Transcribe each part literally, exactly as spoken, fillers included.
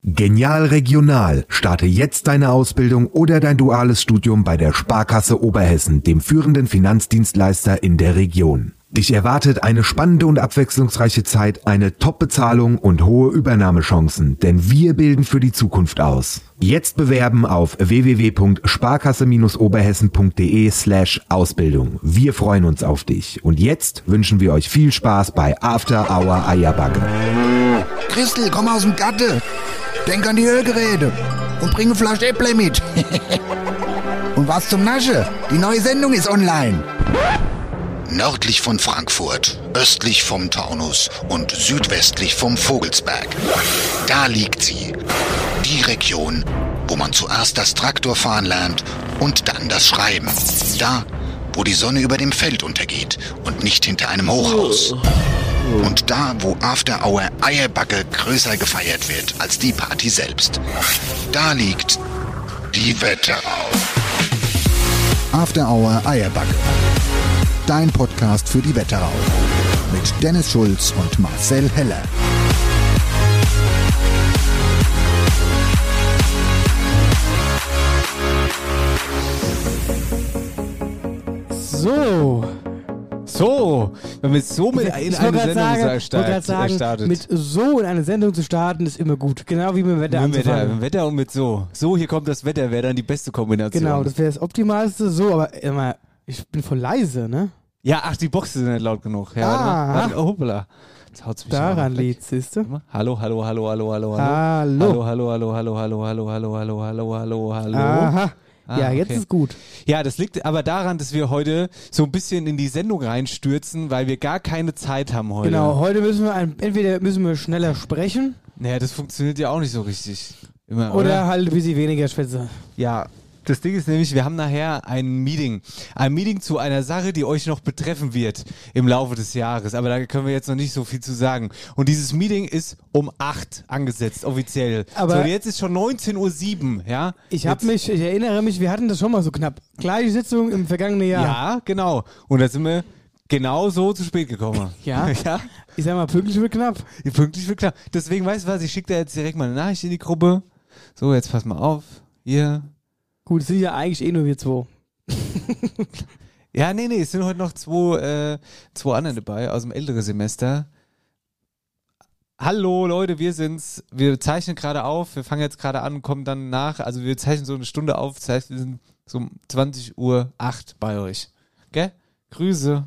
Genial Regional. Starte jetzt deine Ausbildung oder dein duales Studium bei der Sparkasse Oberhessen, dem führenden Finanzdienstleister in der Region. Dich erwartet eine spannende und abwechslungsreiche Zeit, eine Top-Bezahlung und hohe Übernahmechancen, denn wir bilden für die Zukunft aus. Jetzt bewerben auf w w w punkt sparkasse oberhessen punkt de slash Ausbildung. Wir freuen uns auf dich. Und jetzt wünschen wir euch viel Spaß bei After Hour Eierbacke. Christel, komm aus dem Gatte. Denk an die Ölgeräte und bring eine Flasche Äpple mit. Und was zum Nasche? Die neue Sendung ist online. Nördlich von Frankfurt, östlich vom Taunus und südwestlich vom Vogelsberg. Da liegt sie. Die Region, wo man zuerst das Traktorfahren lernt und dann das Schreiben. Da, wo die Sonne über dem Feld untergeht und nicht hinter einem Hochhaus. Und da, wo After Hour Eierbacke größer gefeiert wird als die Party selbst. Da liegt die Wetterau. After Hour Eierbacke. Dein Podcast für die Wetterau. Mit Dennis Schulz und Marcel Heller. So. So, wenn wir so mit Ich, in ich eine wollte Sendung gerade start, sagen, startet. mit so in eine Sendung zu starten, ist immer gut. Genau wie mit dem Wetter mit dem Wetter, anzufangen. mit dem Wetter und mit so. So, hier kommt das Wetter, wäre dann die beste Kombination. Genau, das wäre das Optimalste. So, aber immer, ich bin voll leise, ne? Ja, ach, die Box ist nicht laut genug. Ja, Ah. warte mal. Warte, oh, hoppla. Jetzt haut's mich Daran noch weg. liegt, siehst du? Hallo, hallo, hallo, hallo, hallo, hallo. Hallo. Hallo, hallo, hallo, hallo, hallo, hallo, hallo, hallo, hallo, hallo. Aha. Ah, ja, jetzt okay. ist gut. Ja, das liegt aber daran, dass wir heute so ein bisschen in die Sendung reinstürzen, weil wir gar keine Zeit haben heute. Genau, heute müssen wir ein, entweder müssen wir schneller sprechen Naja, das funktioniert ja auch nicht so richtig. Immer, oder, oder? halt ein bisschen weniger schwätze. Ja, das Ding ist nämlich, wir haben nachher ein Meeting. Ein Meeting zu einer Sache, die euch noch betreffen wird im Laufe des Jahres. Aber da können wir jetzt noch nicht so viel zu sagen. Und dieses Meeting ist um acht angesetzt, offiziell. Aber so, jetzt ist schon neunzehn Uhr sieben, ja? Ich habe Jetzt- mich, ich erinnere mich, wir hatten das schon mal so knapp. Gleiche Sitzung im vergangenen Jahr. Ja, genau. Und da sind wir genau so zu spät gekommen. Ja? Ja? Ich sag mal, pünktlich wird knapp. Pünktlich wird klar. Deswegen, weißt du was, ich schicke da jetzt direkt mal eine Nachricht in die Gruppe. So, jetzt pass mal auf. Hier. Gut, es sind ja eigentlich eh nur wir zwei. Ja, nee, nee, es sind heute noch zwei, äh, zwei andere dabei aus dem älteren Semester. Hallo Leute, wir sind's. Wir zeichnen gerade auf. Wir fangen jetzt gerade an, kommen dann nach. Also wir zeichnen so eine Stunde auf. Das heißt, wir sind so um zwanzig Uhr acht bei euch. Gell? Grüße.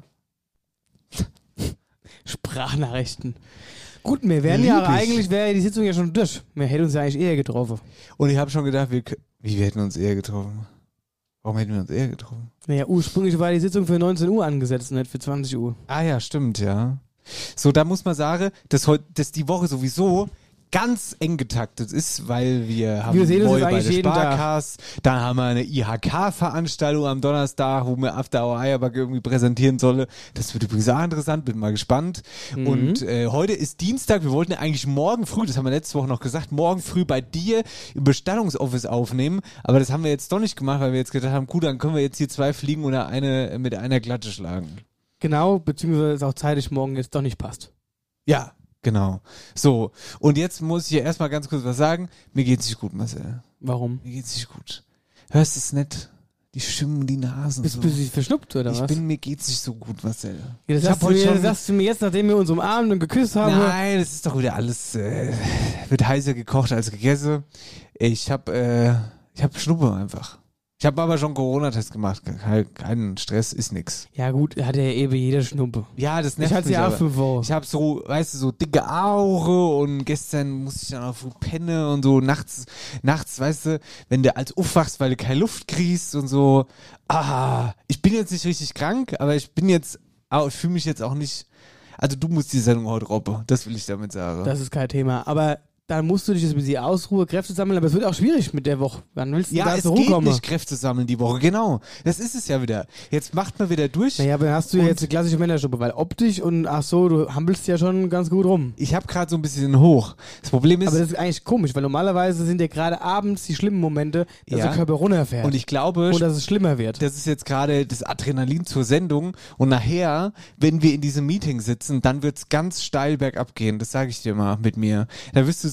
Sprachnachrichten. Gut, wir wären Lieb ja ich. eigentlich, wäre die Sitzung ja schon durch. Wir hätten uns ja eigentlich eher getroffen. Und ich habe schon gedacht, wir, k- wie wir hätten uns eher getroffen. Warum hätten wir uns eher getroffen? Naja, ursprünglich war die Sitzung für neunzehn Uhr angesetzt, nicht für zwanzig Uhr. Ah ja, stimmt, ja. So, da muss man sagen, dass, heut, dass die Woche sowieso ganz eng getaktet ist, weil wir haben Wir sehen uns neu jetzt bei eigentlich der jeden Tag. Sparkasse, dann haben wir eine I H K-Veranstaltung am Donnerstag, wo wir After Hour Eierbacke irgendwie präsentieren solle. Das wird übrigens auch interessant, bin mal gespannt. Mhm. Und äh, heute ist Dienstag, wir wollten ja eigentlich morgen früh, das haben wir letzte Woche noch gesagt, morgen früh bei dir im Bestattungsoffice aufnehmen, aber das haben wir jetzt doch nicht gemacht, weil wir jetzt gedacht haben, gut, dann können wir jetzt hier zwei Fliegen oder eine mit einer Glatte schlagen. Genau, beziehungsweise es auch zeitlich morgen jetzt doch nicht passt. Ja, genau. So, und jetzt muss ich hier erstmal ganz kurz was sagen. Mir geht's nicht gut, Marcel. Warum? Mir geht's nicht gut. Hörst du es nicht? Die Stimmen, die Nasen. Bist so. du so. verschnupft oder ich was? bin, mir geht's nicht so gut, Marcel. ja, das ich sagst, hab du heute mir, schon- das sagst du mir jetzt, nachdem wir uns umarmt und geküsst haben. Nein, das ist doch wieder alles, äh, wird heißer gekocht als gegessen. Ich hab, äh, ich hab Schnuppe einfach. Ich habe aber schon Corona-Test gemacht. Kein, kein Stress, ist nix. Ja gut, hat ja eben jeder Schnuppe. Ja, das nervt Ich hatte mich ja auch aber. fünf Wochen. Ich habe so, weißt du, so dicke Augen und gestern musste ich dann auch früh pennen und so nachts, nachts, weißt du, wenn du als aufwachst, weil du keine Luft kriegst und so. Ah, ich bin jetzt nicht richtig krank, aber ich bin jetzt, ah, ich fühle mich jetzt auch nicht, also du musst die Sendung heute robben, das will ich damit sagen. Das ist kein Thema. Aber dann musst du dich jetzt ein bisschen ausruhen, Kräfte sammeln, aber es wird auch schwierig mit der Woche. Wann willst du ja, da es zur Ruhe geht kommen? nicht Kräfte sammeln die Woche, genau. Das ist es ja wieder. Jetzt macht man wieder durch. Naja, aber dann hast du ja Und- jetzt eine klassische Männerschuppe, weil optisch und ach so, du hampelst ja schon ganz gut rum. Ich habe gerade so ein bisschen hoch. Das Problem ist, Aber das ist eigentlich komisch, weil normalerweise sind ja gerade abends die schlimmen Momente, dass Ja. der Körper runterfährt. und ich glaube, und dass es schlimmer wird. das ist jetzt gerade das Adrenalin zur Sendung und nachher, wenn wir in diesem Meeting sitzen, dann wird's ganz steil bergab gehen, das sage ich dir mal mit mir. Da wirst du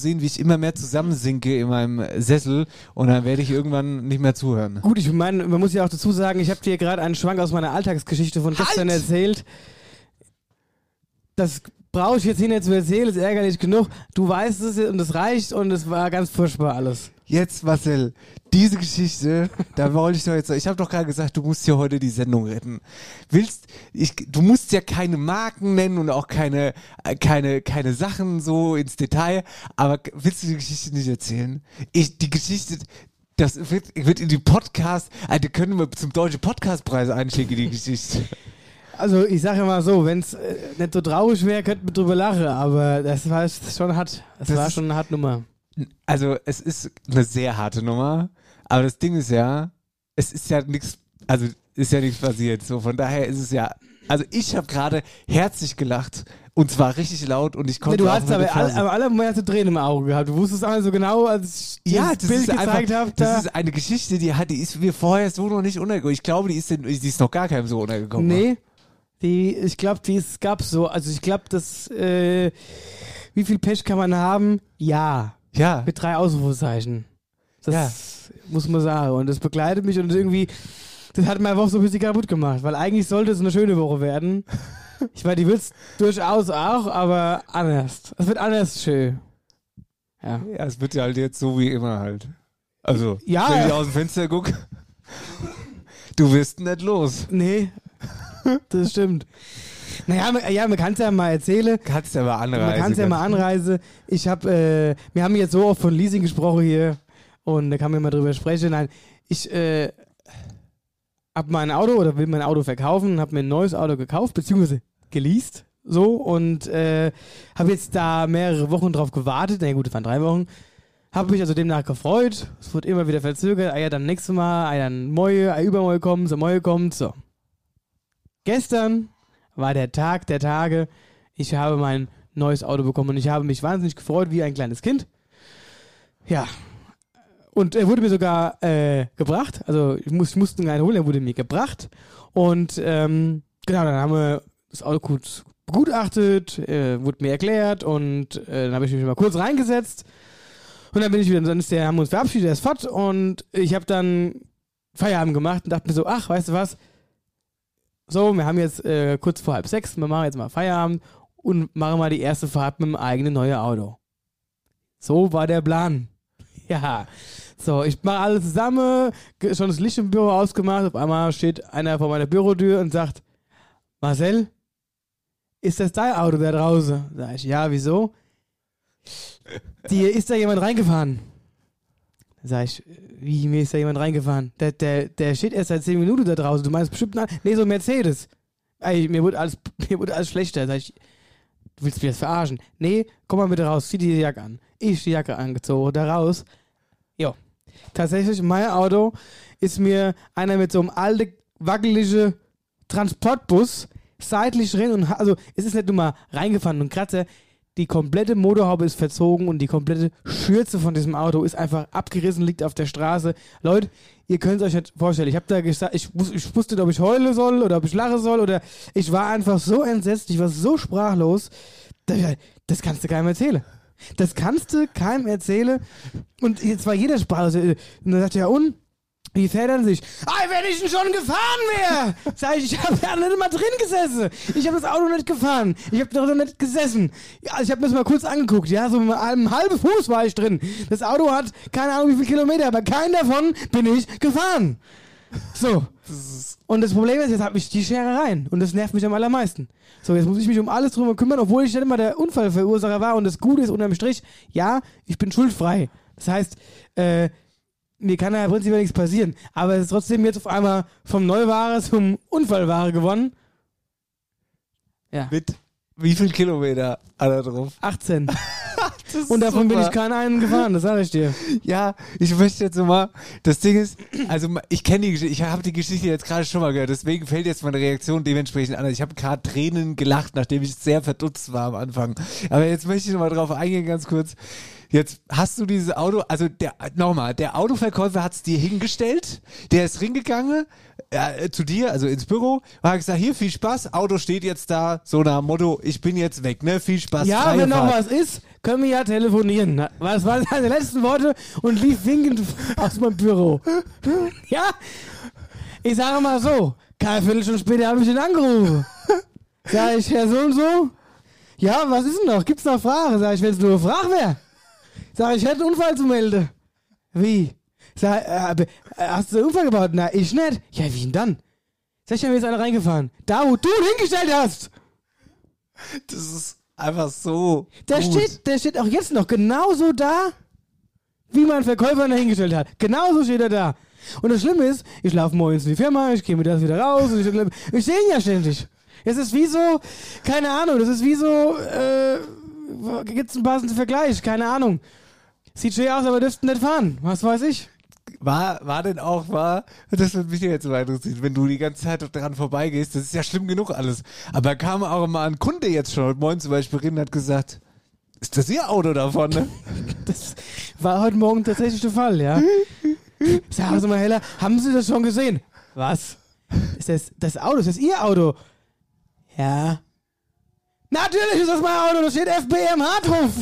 sehen, wie ich immer mehr zusammensinke in meinem Sessel und dann werde ich irgendwann nicht mehr zuhören. Gut, ich meine, man muss ja auch dazu sagen, ich habe dir gerade einen Schwank aus meiner Alltagsgeschichte von gestern Halt! erzählt. Das brauche ich jetzt hier nicht zu erzählen, ist ärgerlich genug. Du weißt es und es reicht und es war ganz furchtbar alles. Jetzt, Marcel, diese Geschichte, da wollte ich doch jetzt, ich habe doch gerade gesagt, du musst hier heute die Sendung retten. Willst, ich, du musst ja keine Marken nennen und auch keine, äh, keine, keine Sachen so ins Detail, aber willst du die Geschichte nicht erzählen? Ich, die Geschichte, das wird, wird in die Podcast, also können wir zum Deutschen Podcastpreis einschicken, die Geschichte. Also ich sage mal so, wenn es äh, nicht so traurig wäre, könnten wir drüber lachen, aber das war schon hart. Das, das war schon eine harte Nummer. Also es ist eine sehr harte Nummer, aber das Ding ist ja, es ist ja nichts, also ist ja nichts passiert. So, von daher ist es ja, also ich habe gerade herzlich gelacht und zwar richtig laut und ich konnte. Nee, du auch hast aber, all, aber alle Mal hast du Tränen im Auge gehabt. Du wusstest auch nicht so genau, als ich ja, das das Bild ist gezeigt einfach, habe. Das da ist eine Geschichte, die hat, die ist mir vorher so noch nicht untergekommen. Ich glaube, die ist, in, die ist noch gar keinem so untergekommen. Nee, die, ich glaube, die es gab so. Also ich glaube, dass äh, wie viel Pech kann man haben? Ja. Ja. Mit drei Ausrufezeichen. Das ja. muss man sagen. Und das begleitet mich und irgendwie, das hat meine Woche so ein bisschen kaputt gemacht, weil eigentlich sollte es eine schöne Woche werden. Ich meine, die wird es durchaus auch, aber anders. Es wird anders schön. Ja. Ja, es wird ja halt jetzt so wie immer halt. Also, ja, wenn ich aus dem Fenster gucke, du wirst nicht los. Nee, das stimmt. Naja, man, ja, man kann es ja mal erzählen. Kannst ja mal anreisen. Man kann es ja mal anreisen. Ich habe, äh, wir haben jetzt so oft von Leasing gesprochen hier und da kann man mal drüber sprechen. Nein, ich äh, habe mein Auto oder will mein Auto verkaufen und habe mir ein neues Auto gekauft, beziehungsweise geleast. So und äh, habe jetzt da mehrere Wochen drauf gewartet. Na ja, gut, es waren drei Wochen. Habe mich also demnach gefreut. Es wurde immer wieder verzögert. Ah ja, dann nächstes Mal, ah ja, dann Moje, ah übermorgen kommt, so Moje kommt, so. Gestern war der Tag der Tage. Ich habe mein neues Auto bekommen und ich habe mich wahnsinnig gefreut wie ein kleines Kind. Ja. Und er wurde mir sogar äh, gebracht. Also ich, muss, ich musste ihn gar nicht holen, er wurde mir gebracht. Und ähm, genau, dann haben wir das Auto gut begutachtet, äh, wurde mir erklärt und äh, dann habe ich mich mal kurz reingesetzt. Und dann bin ich wieder, dann ist der, haben wir uns verabschiedet, der ist fort und ich habe dann Feierabend gemacht und dachte mir so, ach, weißt du was? So, wir haben jetzt äh, kurz vor halb sechs, wir machen jetzt mal Feierabend und machen mal die erste Fahrt mit dem eigenen neuen Auto. So war der Plan. Ja, so, ich mache alles zusammen, schon das Licht im Büro ausgemacht, auf einmal steht einer vor meiner Bürotür und sagt, Marcel, ist das dein Auto da draußen? Sag ich, ja, wieso? Die, ist da jemand reingefahren? Sag ich, wie, mir ist da jemand reingefahren? Der, der, der steht erst seit zehn Minuten da draußen. Du meinst bestimmt, na, nee, so ein Mercedes. Ey, mir wurde alles, mir wurde alles schlechter. Sag ich, du willst mich jetzt verarschen? Nee, komm mal bitte raus, zieh die Jacke an. Ich die Jacke angezogen, da raus. Jo. Tatsächlich, mein Auto ist mir einer mit so einem alten, wackeligen Transportbus seitlich drin und, also, es ist nicht nur mal reingefahren und Kratzer. Die komplette Motorhaube ist verzogen und die komplette Schürze von diesem Auto ist einfach abgerissen, liegt auf der Straße. Leute, ihr könnt es euch nicht vorstellen. Ich habe da gesagt, ich, wus- ich wusste nicht, ob ich heulen soll oder ob ich lachen soll oder ich war einfach so entsetzt, ich war so sprachlos. Das, das kannst du keinem erzählen. Das kannst du keinem erzählen. Und jetzt war jeder sprachlos. Und dann sagt er, ja und? Wie fährt er sich? Ah, wenn ich denn schon gefahren wäre! Sag ich, ich habe ja nicht mal drin gesessen. Ich habe das Auto nicht gefahren. Ich habe noch nicht gesessen. Ja, ich habe mir das mal kurz angeguckt. Ja, so mit einem halben Fuß war ich drin. Das Auto hat keine Ahnung wie viele Kilometer, aber keinen davon bin ich gefahren. So. Und das Problem ist, jetzt habe ich die Schere rein. Und das nervt mich am allermeisten. So, jetzt muss ich mich um alles drum kümmern, obwohl ich nicht immer der Unfallverursacher war. Und das Gute ist, unterm Strich, ja, ich bin schuldfrei. Das heißt, äh, mir kann ja prinzipiell nichts passieren. Aber es ist trotzdem jetzt auf einmal vom Neuware zum Unfallware gewonnen. Ja. Mit wie viel Kilometer hat er drauf? achtzehn. Und davon super. bin ich keinen einen gefahren, das sage ich dir. Ja, ich möchte jetzt so mal, das Ding ist, also ich kenne die Geschichte, ich habe die Geschichte jetzt gerade schon mal gehört, deswegen fällt jetzt meine Reaktion dementsprechend an. Ich habe gerade Tränen gelacht, nachdem ich sehr verdutzt war am Anfang. Aber jetzt möchte ich noch mal drauf eingehen, ganz kurz. Jetzt hast du dieses Auto, also der, nochmal, der Autoverkäufer hat es dir hingestellt, der ist hingegangen äh, zu dir, also ins Büro, und hat gesagt, hier, viel Spaß, Auto steht jetzt da, so nach dem Motto, ich bin jetzt weg, ne, viel Spaß, Ja, freie wenn noch Fahrt. was ist, können wir ja telefonieren. Was waren seine letzten Worte und lief winkend aus meinem Büro. Ja, ich sage mal so, keine Viertelstunde später habe ich ihn angerufen. Sag ich, Herr so und so, ja, was ist denn noch? Gibt's noch Fragen? Sag ich, wenn es nur eine Frage wäre. Sag ich, hätte einen Unfall zu melden. Wie? Sag, äh, hast du einen Unfall gebaut? Na, ich nicht. Ja, wie denn dann? Sag ich, ja, mir ist einer reingefahren. Da, wo du ihn hingestellt hast. Das ist einfach so Der gut. steht, der steht auch jetzt noch genauso da, wie mein Verkäufer ihn da hingestellt hat. Genauso steht er da. Und das Schlimme ist, ich laufe morgens in die Firma, ich gehe mir das wieder raus und ich, ich sehe ihn ja ständig. Es ist wie so, keine Ahnung, das ist wie so, äh, gibt's einen passenden Vergleich, keine Ahnung. Sieht schön aus, aber dürften nicht fahren, was weiß ich. War, war denn auch, war, das wird mich jetzt mal interessieren, wenn du die ganze Zeit dran vorbeigehst, das ist ja schlimm genug alles. Aber kam auch mal ein Kunde jetzt schon heute Morgen zum Beispiel rein und hat gesagt, ist das Ihr Auto da vorne? Das war heute Morgen tatsächlich der Fall, ja. Sagen Sie mal, Heller, haben Sie das schon gesehen? Was? Ist das, das Auto, ist das Ihr Auto? Ja. Natürlich ist das mein Auto, da steht F B M Harthof.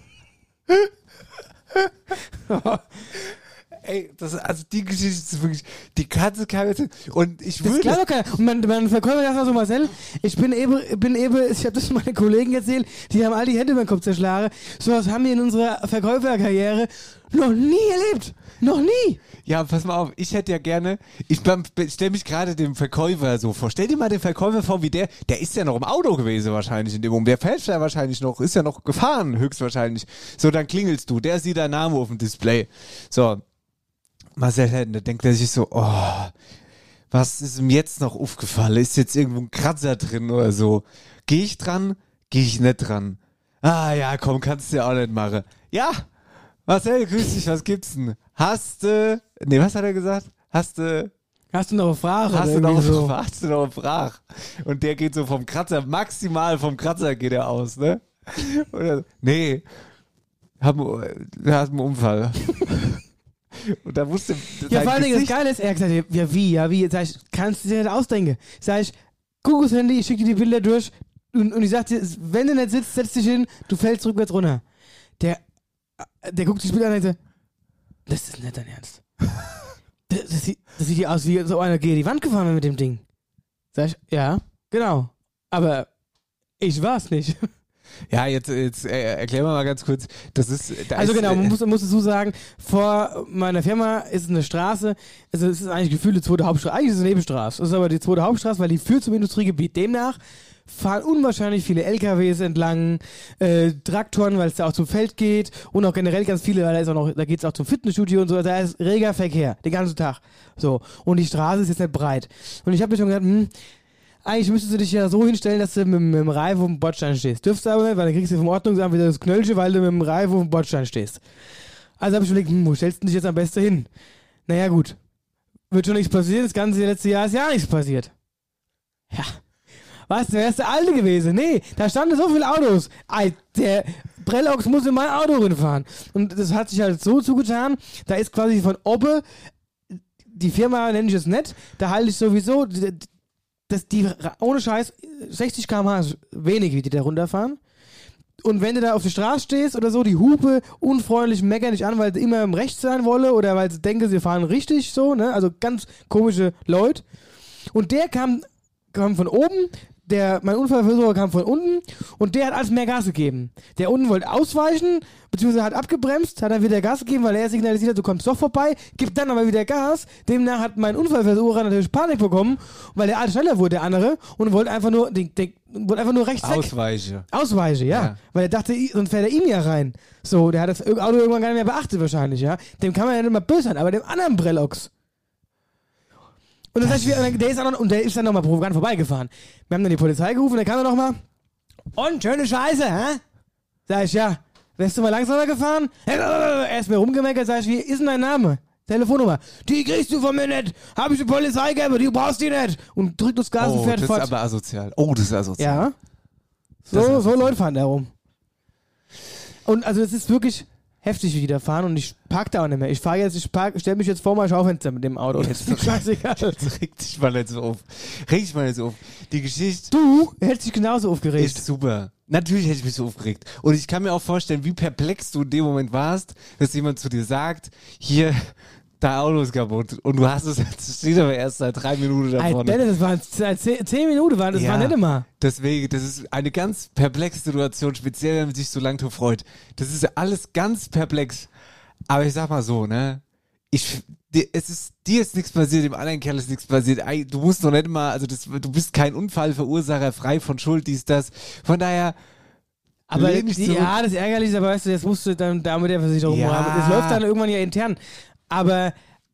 Ey, das, also die Geschichte ist wirklich, die Katze kam jetzt, und ich Das würde... ist klar doch keiner. Und mein, mein Verkäufer sagt so, Marcel, ich bin eben, bin eben, ich habe das meinen Kollegen erzählt, die haben all die Hände über den Kopf zerschlagen. Sowas haben wir in unserer Verkäuferkarriere noch nie erlebt. Noch nie. Ja, pass mal auf, ich hätte ja gerne, ich stelle mich gerade dem Verkäufer so vor. Stell dir mal den Verkäufer vor, wie der, der ist ja noch im Auto gewesen wahrscheinlich in dem Moment. Der fährt ja wahrscheinlich noch, ist ja noch gefahren höchstwahrscheinlich. So, dann klingelst du, der sieht deinen Namen auf dem Display. So, Marcel Hedden, da denkt er sich so, oh, was ist ihm jetzt noch aufgefallen? Ist jetzt irgendwo ein Kratzer drin oder so? Geh ich dran? Geh ich nicht dran? Ah ja, komm, kannst du ja auch nicht machen. Ja, Marcel, grüß dich, was gibt's denn? Hast du, nee, was hat er gesagt? Hast du, Hast du noch eine Frage? hast oder du noch, irgendwie so? hast du noch einen Frag? Und der geht so vom Kratzer, maximal vom Kratzer geht er aus, ne? Oder, nee, hab, hat einen Unfall. Und da wusste Ja, sein vor allen Dingen, das Gesicht- Geile ist, er hat gesagt, ja wie, ja wie, sag ich, kannst du dir nicht ausdenken. Sag ich, guck aufs Handy, ich schicke dir die Bilder durch und, und ich sag dir, wenn du nicht sitzt, setz dich hin, du fällst rückwärts runter. Der, der guckt sich das Bild an und sagt, das ist nicht dein Ernst. Das, das, sieht, das sieht hier aus wie so einer gegen die Wand gefahren wäre mit dem Ding. Sag ich, ja, genau. Aber ich war's nicht. Ja, jetzt, jetzt äh, erklär mal ganz kurz, das ist, da Also ist, genau, man äh, muss, man muss dazu sagen, vor meiner Firma ist eine Straße, also es ist eigentlich gefühlt die zweite Hauptstraße, eigentlich ist es eine Nebenstraße, es ist aber die zweite Hauptstraße, weil die führt zum Industriegebiet. Demnach fahren unwahrscheinlich viele L K Ws entlang, äh, Traktoren, weil es da auch zum Feld geht und auch generell ganz viele, weil da ist auch noch, da geht es auch zum Fitnessstudio und so, da ist reger Verkehr, den ganzen Tag. So. Und die Straße ist jetzt nicht breit. Und ich habe mir schon gedacht, hm, eigentlich müsstest du dich ja so hinstellen, dass du mit, mit dem Reifen auf dem Bordstein stehst. Dürfst du aber nicht, weil dann kriegst du vom Ordnungsamt wieder das Knöllchen, weil du mit dem Reifen auf dem Bordstein stehst. Also habe ich überlegt, hm, wo stellst du dich jetzt am besten hin? Naja, gut. Wird schon nichts passieren, das ganze letzte Jahr ist ja nichts passiert. Ja. Was, du wärst der Alte gewesen? Nee, da standen so viele Autos. Ei, der Brellox muss in mein Auto reinfahren. Und das hat sich halt so zugetan, da ist quasi von oben, die Firma nenne ich es nicht, da halte ich sowieso, dass die, ohne Scheiß, sechzig Kilometer pro Stunde ist wenig, wie die da runterfahren. Und wenn du da auf der Straße stehst oder so, die Hupe unfreundlich meckern dich an, weil sie immer im Recht sein wollen oder weil sie denken, sie fahren richtig so, ne? Also ganz komische Leute. Und der kam, kam von oben, der, mein Unfallversucher kam von unten und der hat alles mehr Gas gegeben. Der unten wollte ausweichen, beziehungsweise hat abgebremst, hat dann wieder Gas gegeben, weil er signalisiert hat, du kommst doch vorbei, gibt dann aber wieder Gas. Demnach hat mein Unfallversucher natürlich Panik bekommen, weil der alte schneller wurde, der andere, und wollte einfach nur, den, den, wollte einfach nur rechts weg. Ausweiche. Ausweiche, ja. Ja. Weil er dachte, sonst fährt er ihm ja rein. So, der hat das Auto irgendwann gar nicht mehr beachtet wahrscheinlich, ja. Dem kann man ja nicht mal böse sein, aber dem anderen Brellox. Und das heißt, wir, der ist, auch noch, und der ist dann nochmal provokant vorbeigefahren. Wir haben dann die Polizei gerufen, dann kam er nochmal. Und schöne Scheiße, hä? Sag ich, ja. Wärst du mal langsamer gefahren? Er ist mir rumgemeckert, sag ich, wie ist denn dein Name? Telefonnummer. Die kriegst du von mir nicht. Hab ich die Polizei gegeben, die brauchst du nicht. Und drückt das Gas Oh, und fährt das fort. ist aber asozial. Oh, das ist asozial. Ja. Das So, ist so Leute fahren da rum. Und also es ist wirklich heftig wieder fahren und ich park da auch nicht mehr. Ich fahre jetzt, ich park, stell mich jetzt vor mein Schaufenster mit dem Auto. Das ist mir scheißegal. Jetzt reg dich mal nicht so auf. Reg dich mal nicht so auf. Die Geschichte... Du hättest dich genauso aufgeregt. Ist super. Natürlich hätte ich mich so aufgeregt. Und ich kann mir auch vorstellen, wie perplex du in dem Moment warst, dass jemand zu dir sagt, hier, dein Auto ist kaputt. Und du hast es, das steht aber erst seit drei Minuten da vorne. Alter, das waren seit zehn, zehn Minuten, waren, das Ja. war nicht immer. Deswegen, das ist eine ganz perplexe Situation, speziell wenn man sich so lange drauf freut. Das ist alles ganz perplex. Aber ich sag mal so, ne? Ich, dir, es ist, dir ist nichts passiert, dem anderen Kerl ist nichts passiert. Du musst noch nicht mal, also das, du bist kein Unfallverursacher, frei von Schuld, dies, das. Von daher, Aber lehn dich die, zurück. ja, das ist ärgerlich, aber weißt du, das musst du dann da mit der Versicherung Ja. haben. Das läuft dann irgendwann ja intern. Aber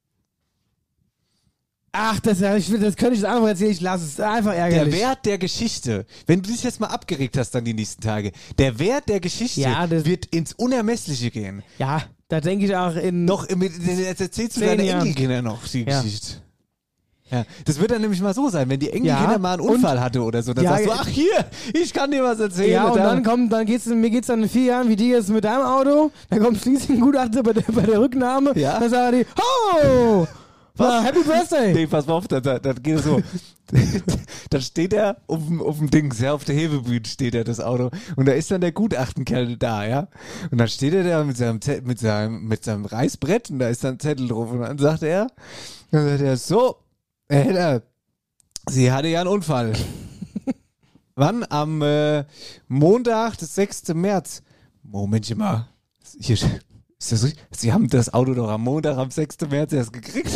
ach, das, ich will, das könnte ich das einfach erzählen, ich lasse es. Einfach ärgerlich. Der Wert der Geschichte, wenn du dich jetzt mal abgeregt hast dann die nächsten Tage, der Wert der Geschichte Ja, das- wird ins Unermessliche gehen. Ja, da denke ich auch in... Noch, im- das erzählst du Zehn deinen Jahren. Enkelkindern noch, die Ja. Geschichte. Ja, das wird dann nämlich mal so sein, wenn die Enkelkinder Ja, mal einen und- Unfall hatte oder so, dann Ja, sagst du, ja. ach hier, ich kann dir was erzählen. Ja, und da- dann kommt, dann geht's, mir geht's dann in vier Jahren wie dir jetzt mit deinem Auto, dann kommt schließlich ein Gutachter bei der, bei der Rücknahme, Ja. dann sagen die, oh, was? Happy Birthday. Nee, pass mal auf, dann, dann, dann geht es so. Dann steht er auf dem, auf dem Dings, ja, auf der Hebebühne steht er, das Auto. Und da ist dann der Gutachtenkerl da, ja. Und dann steht er da mit seinem, Ze- mit seinem, mit seinem Reißbrett und da ist dann ein Zettel drauf. Und dann sagt er, dann sagt er, so, Herr Heller, Sie hatte ja einen Unfall. Wann? Am äh, Montag, des sechsten März. Momentchen mal. Hier, ist das richtig? Sie haben das Auto doch am Montag, am sechsten März erst gekriegt.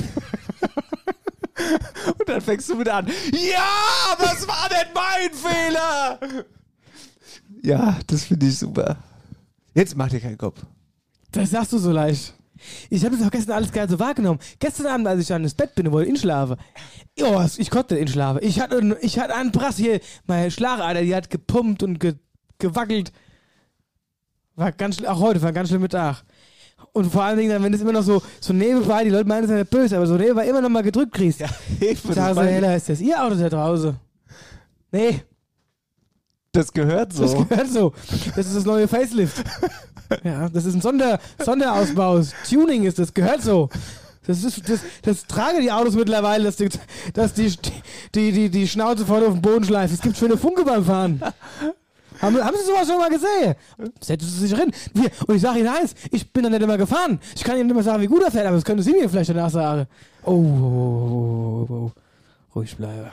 Und dann fängst du wieder an. Ja, was war denn mein Fehler? Ja, das finde ich super. Jetzt mach dir keinen Kopf. Das sagst du so leicht. Ich habe das auch gestern alles geil so wahrgenommen. Gestern Abend, als ich dann ins Bett bin und wollte inschlafen, oh, ich konnte nicht inschlafen. Ich hatte, ich hatte einen Brass hier, meine Schlagader, die hat gepumpt und ge, gewackelt. War ganz schlimm, auch heute war ein ganz schlimmer Tag. Und vor allen Dingen dann, wenn es immer noch so, so Nebel war, die Leute meinen, es ist ja nicht böse, aber so Nebel war immer noch mal gedrückt kriegst. Ja, Hilfe, Ich das, sag so, mein- Heller, ist das Ihr Auto da draußen? Nee, das gehört so. das gehört so. Das ist das neue Facelift. Ja, das ist ein Sonder, Sonderausbau. Tuning ist das, gehört so. Das ist, das, das tragen die Autos mittlerweile, dass die, dass die, die, die, die Schnauze vorne auf den Boden schleift. Es gibt schöne Funke beim Fahren. Haben, haben Sie sowas schon mal gesehen? Setzen Sie sich rein. Wir, und ich sage Ihnen eins, ich bin da nicht immer gefahren. Ich kann Ihnen nicht immer sagen, wie gut er fährt, aber das können Sie mir vielleicht danach sagen. Oh, oh, oh, oh, oh. Ruhig bleiben.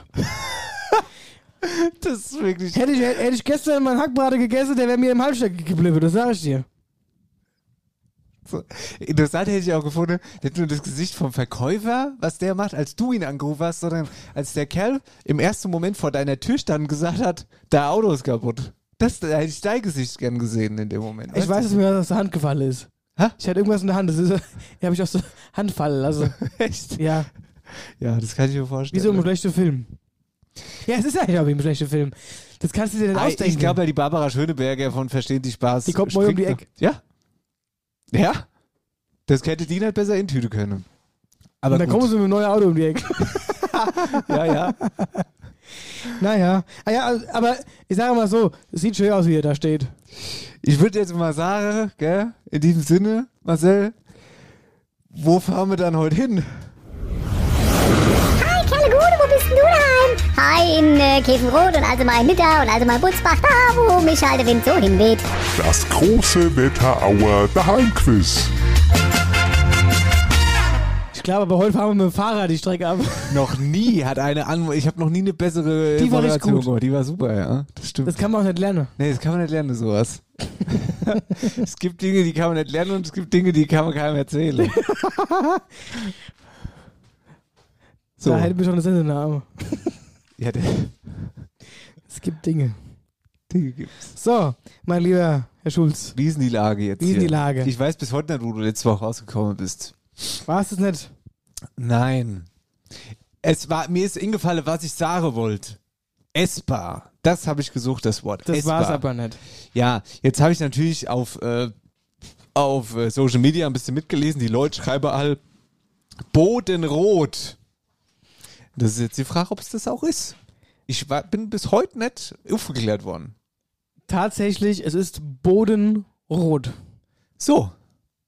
Das ist wirklich. Hätte ich, hätte ich gestern meinen Hackbraten gegessen, der wäre mir im Halssteck geblieben, das sage ich dir. So. Interessant hätte ich auch gefunden, nicht nur das Gesicht vom Verkäufer, was der macht, als du ihn angerufen hast, sondern als der Kerl im ersten Moment vor deiner Tür stand und gesagt hat, dein Auto ist kaputt. Das da hätte ich dein Gesicht gern gesehen in dem Moment. Ich weiß, dass mir was aus der Hand gefallen ist. Hä? Ich hatte irgendwas in der Hand, das ist, die habe ich aus der Hand fallen lassen. Echt? Ja, Ja, das kann ich mir wie vorstellen. so ein schlechter Film. Ja, es ist eigentlich auch wie ein schlechter Film. Das kannst du dir nicht Ah, ausdenken. ich glaube ja, die Barbara Schöneberger von Verstehen die Spaß. Die kommt mal um die springt Ecke. noch- Ja? Ja? Das hätte die nicht besser intüten können. Aber Und dann gut. kommen sie mit einem neuen Auto um die Ecke. Ja, ja. Naja. Ah ja, also, aber ich sage mal so, es sieht schön aus, wie er da steht. Ich würde jetzt mal sagen, gell, in diesem Sinne, Marcel, wo fahren wir dann heute hin? Hi, Kerle Gude, wo bist denn du daheim? Hi, in äh, Käfenrot und also mal in Nidda und also mal in Butzbach, da wo mich halt der Wind so hinweht. Das große Wetterauer Daheimquiz. Ich glaube, aber heute fahren wir mit dem Fahrrad die Strecke ab. Noch nie hat eine Antwort, ich habe noch nie eine bessere Die war richtig Moderation gut. gemacht. Die war super, ja. Das stimmt. Das kann man auch nicht lernen. nee, das kann man nicht lernen, sowas. Es gibt Dinge, die kann man nicht lernen und es gibt Dinge, die kann man keinem erzählen. So. Da hätte mich schon eine Sendename. Ja, der Es gibt Dinge. Dinge gibt's. So, mein lieber Herr Schulz. Wie ist denn die Lage jetzt Wie ist denn hier? die Lage? Ich weiß bis heute nicht, wo du letzte Woche rausgekommen bist. War es das nicht? Nein. Es war, mir ist eingefallen, was ich sagen wollte. Essbar. Das habe ich gesucht, das Wort. Das Essbar. war es aber nicht. Ja, jetzt habe ich natürlich auf, äh, auf äh, Social Media ein bisschen mitgelesen. Die Leute schreiben all Bodenrot. Das ist jetzt die Frage, ob es das auch ist. Ich war, bin bis heute nicht aufgeklärt worden. Tatsächlich, es ist Bodenrot. So.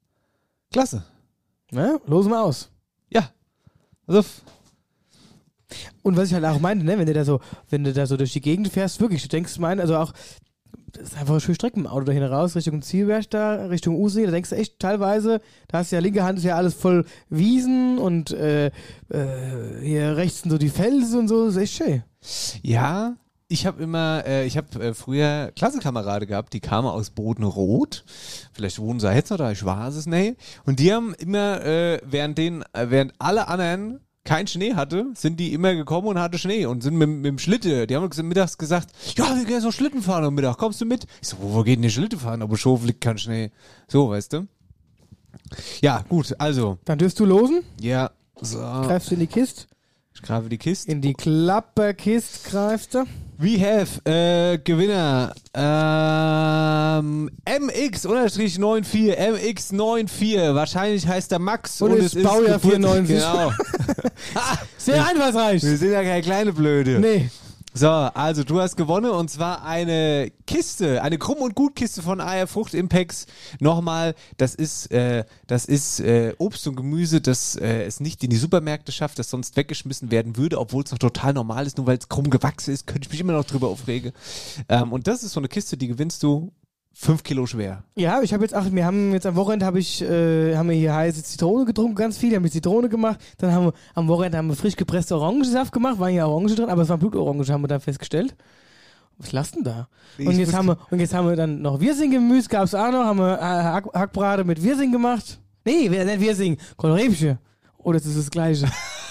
Klasse. Ja, losen wir aus. Ja. Also, Und was ich halt auch meinte, ne, wenn du da so, wenn du da so durch die Gegend fährst, wirklich, du denkst, mein, also auch, das ist einfach eine schöne Strecke im Auto dahin raus, Richtung Zielberg da, Richtung Usee, da denkst du echt teilweise, da hast du ja linke Hand, ist ja alles voll Wiesen und äh, äh, hier rechts sind so die Felsen und so, das ist echt schön. ja, ich habe immer, äh, ich habe äh, früher Klassenkamerade gehabt, die kamen aus Bodenroth. Vielleicht wohnen sie jetzt noch da, ich weiß es nicht. Und die haben immer, äh, während den, äh, während alle anderen kein Schnee hatte, sind die immer gekommen und hatte Schnee und sind mit, mit dem Schlitte. Die haben mittags gesagt, ja, wir gehen so Schlitten fahren am Mittag, kommst du mit? Ich so, wo, wo geht denn die Schlitten fahren? Aber Schof liegt kein Schnee. So, weißt du? Ja, gut, also. Dann dürfst du losen, Ja, so. greifst in die Kiste, Ich greife die Kiste. in die Klapperkiste greifst du. We have äh, Gewinner ähm, M X vierundneunzig, M X vierundneunzig, wahrscheinlich heißt er Max Und ist Baujahr Geburt- vierundneunzig. Genau. Sehr einfallsreich. Wir sind ja keine kleine Blöde. Nee. So, also du hast gewonnen und zwar eine Kiste, eine Krumm- und Gutkiste von A R Frucht Impex. Nochmal, das ist, äh, das ist äh, Obst und Gemüse, das äh, es nicht in die Supermärkte schafft, das sonst weggeschmissen werden würde, obwohl es noch total normal ist, nur weil es krumm gewachsen ist, könnte ich mich immer noch drüber aufregen. Ähm, und das ist so eine Kiste, die gewinnst du fünf Kilo schwer. Ja, ich habe jetzt, ach, wir haben jetzt am Wochenende habe ich, äh, haben wir hier heiße Zitrone getrunken, ganz viel, haben wir Zitrone gemacht, dann haben wir am Wochenende haben wir frisch gepresste Orangensaft gemacht, waren ja Orange drin, aber es war Blutorange, haben wir dann festgestellt. Was lasst denn da? Ich Und jetzt wusste- haben wir, und jetzt haben wir dann noch Wirsing-Gemüse, gab's auch noch, haben wir äh, Hack, Hackbrate mit Wirsing gemacht. Nee, wer nicht Wirsing, Kohlräbchen. Oh, das ist das Gleiche.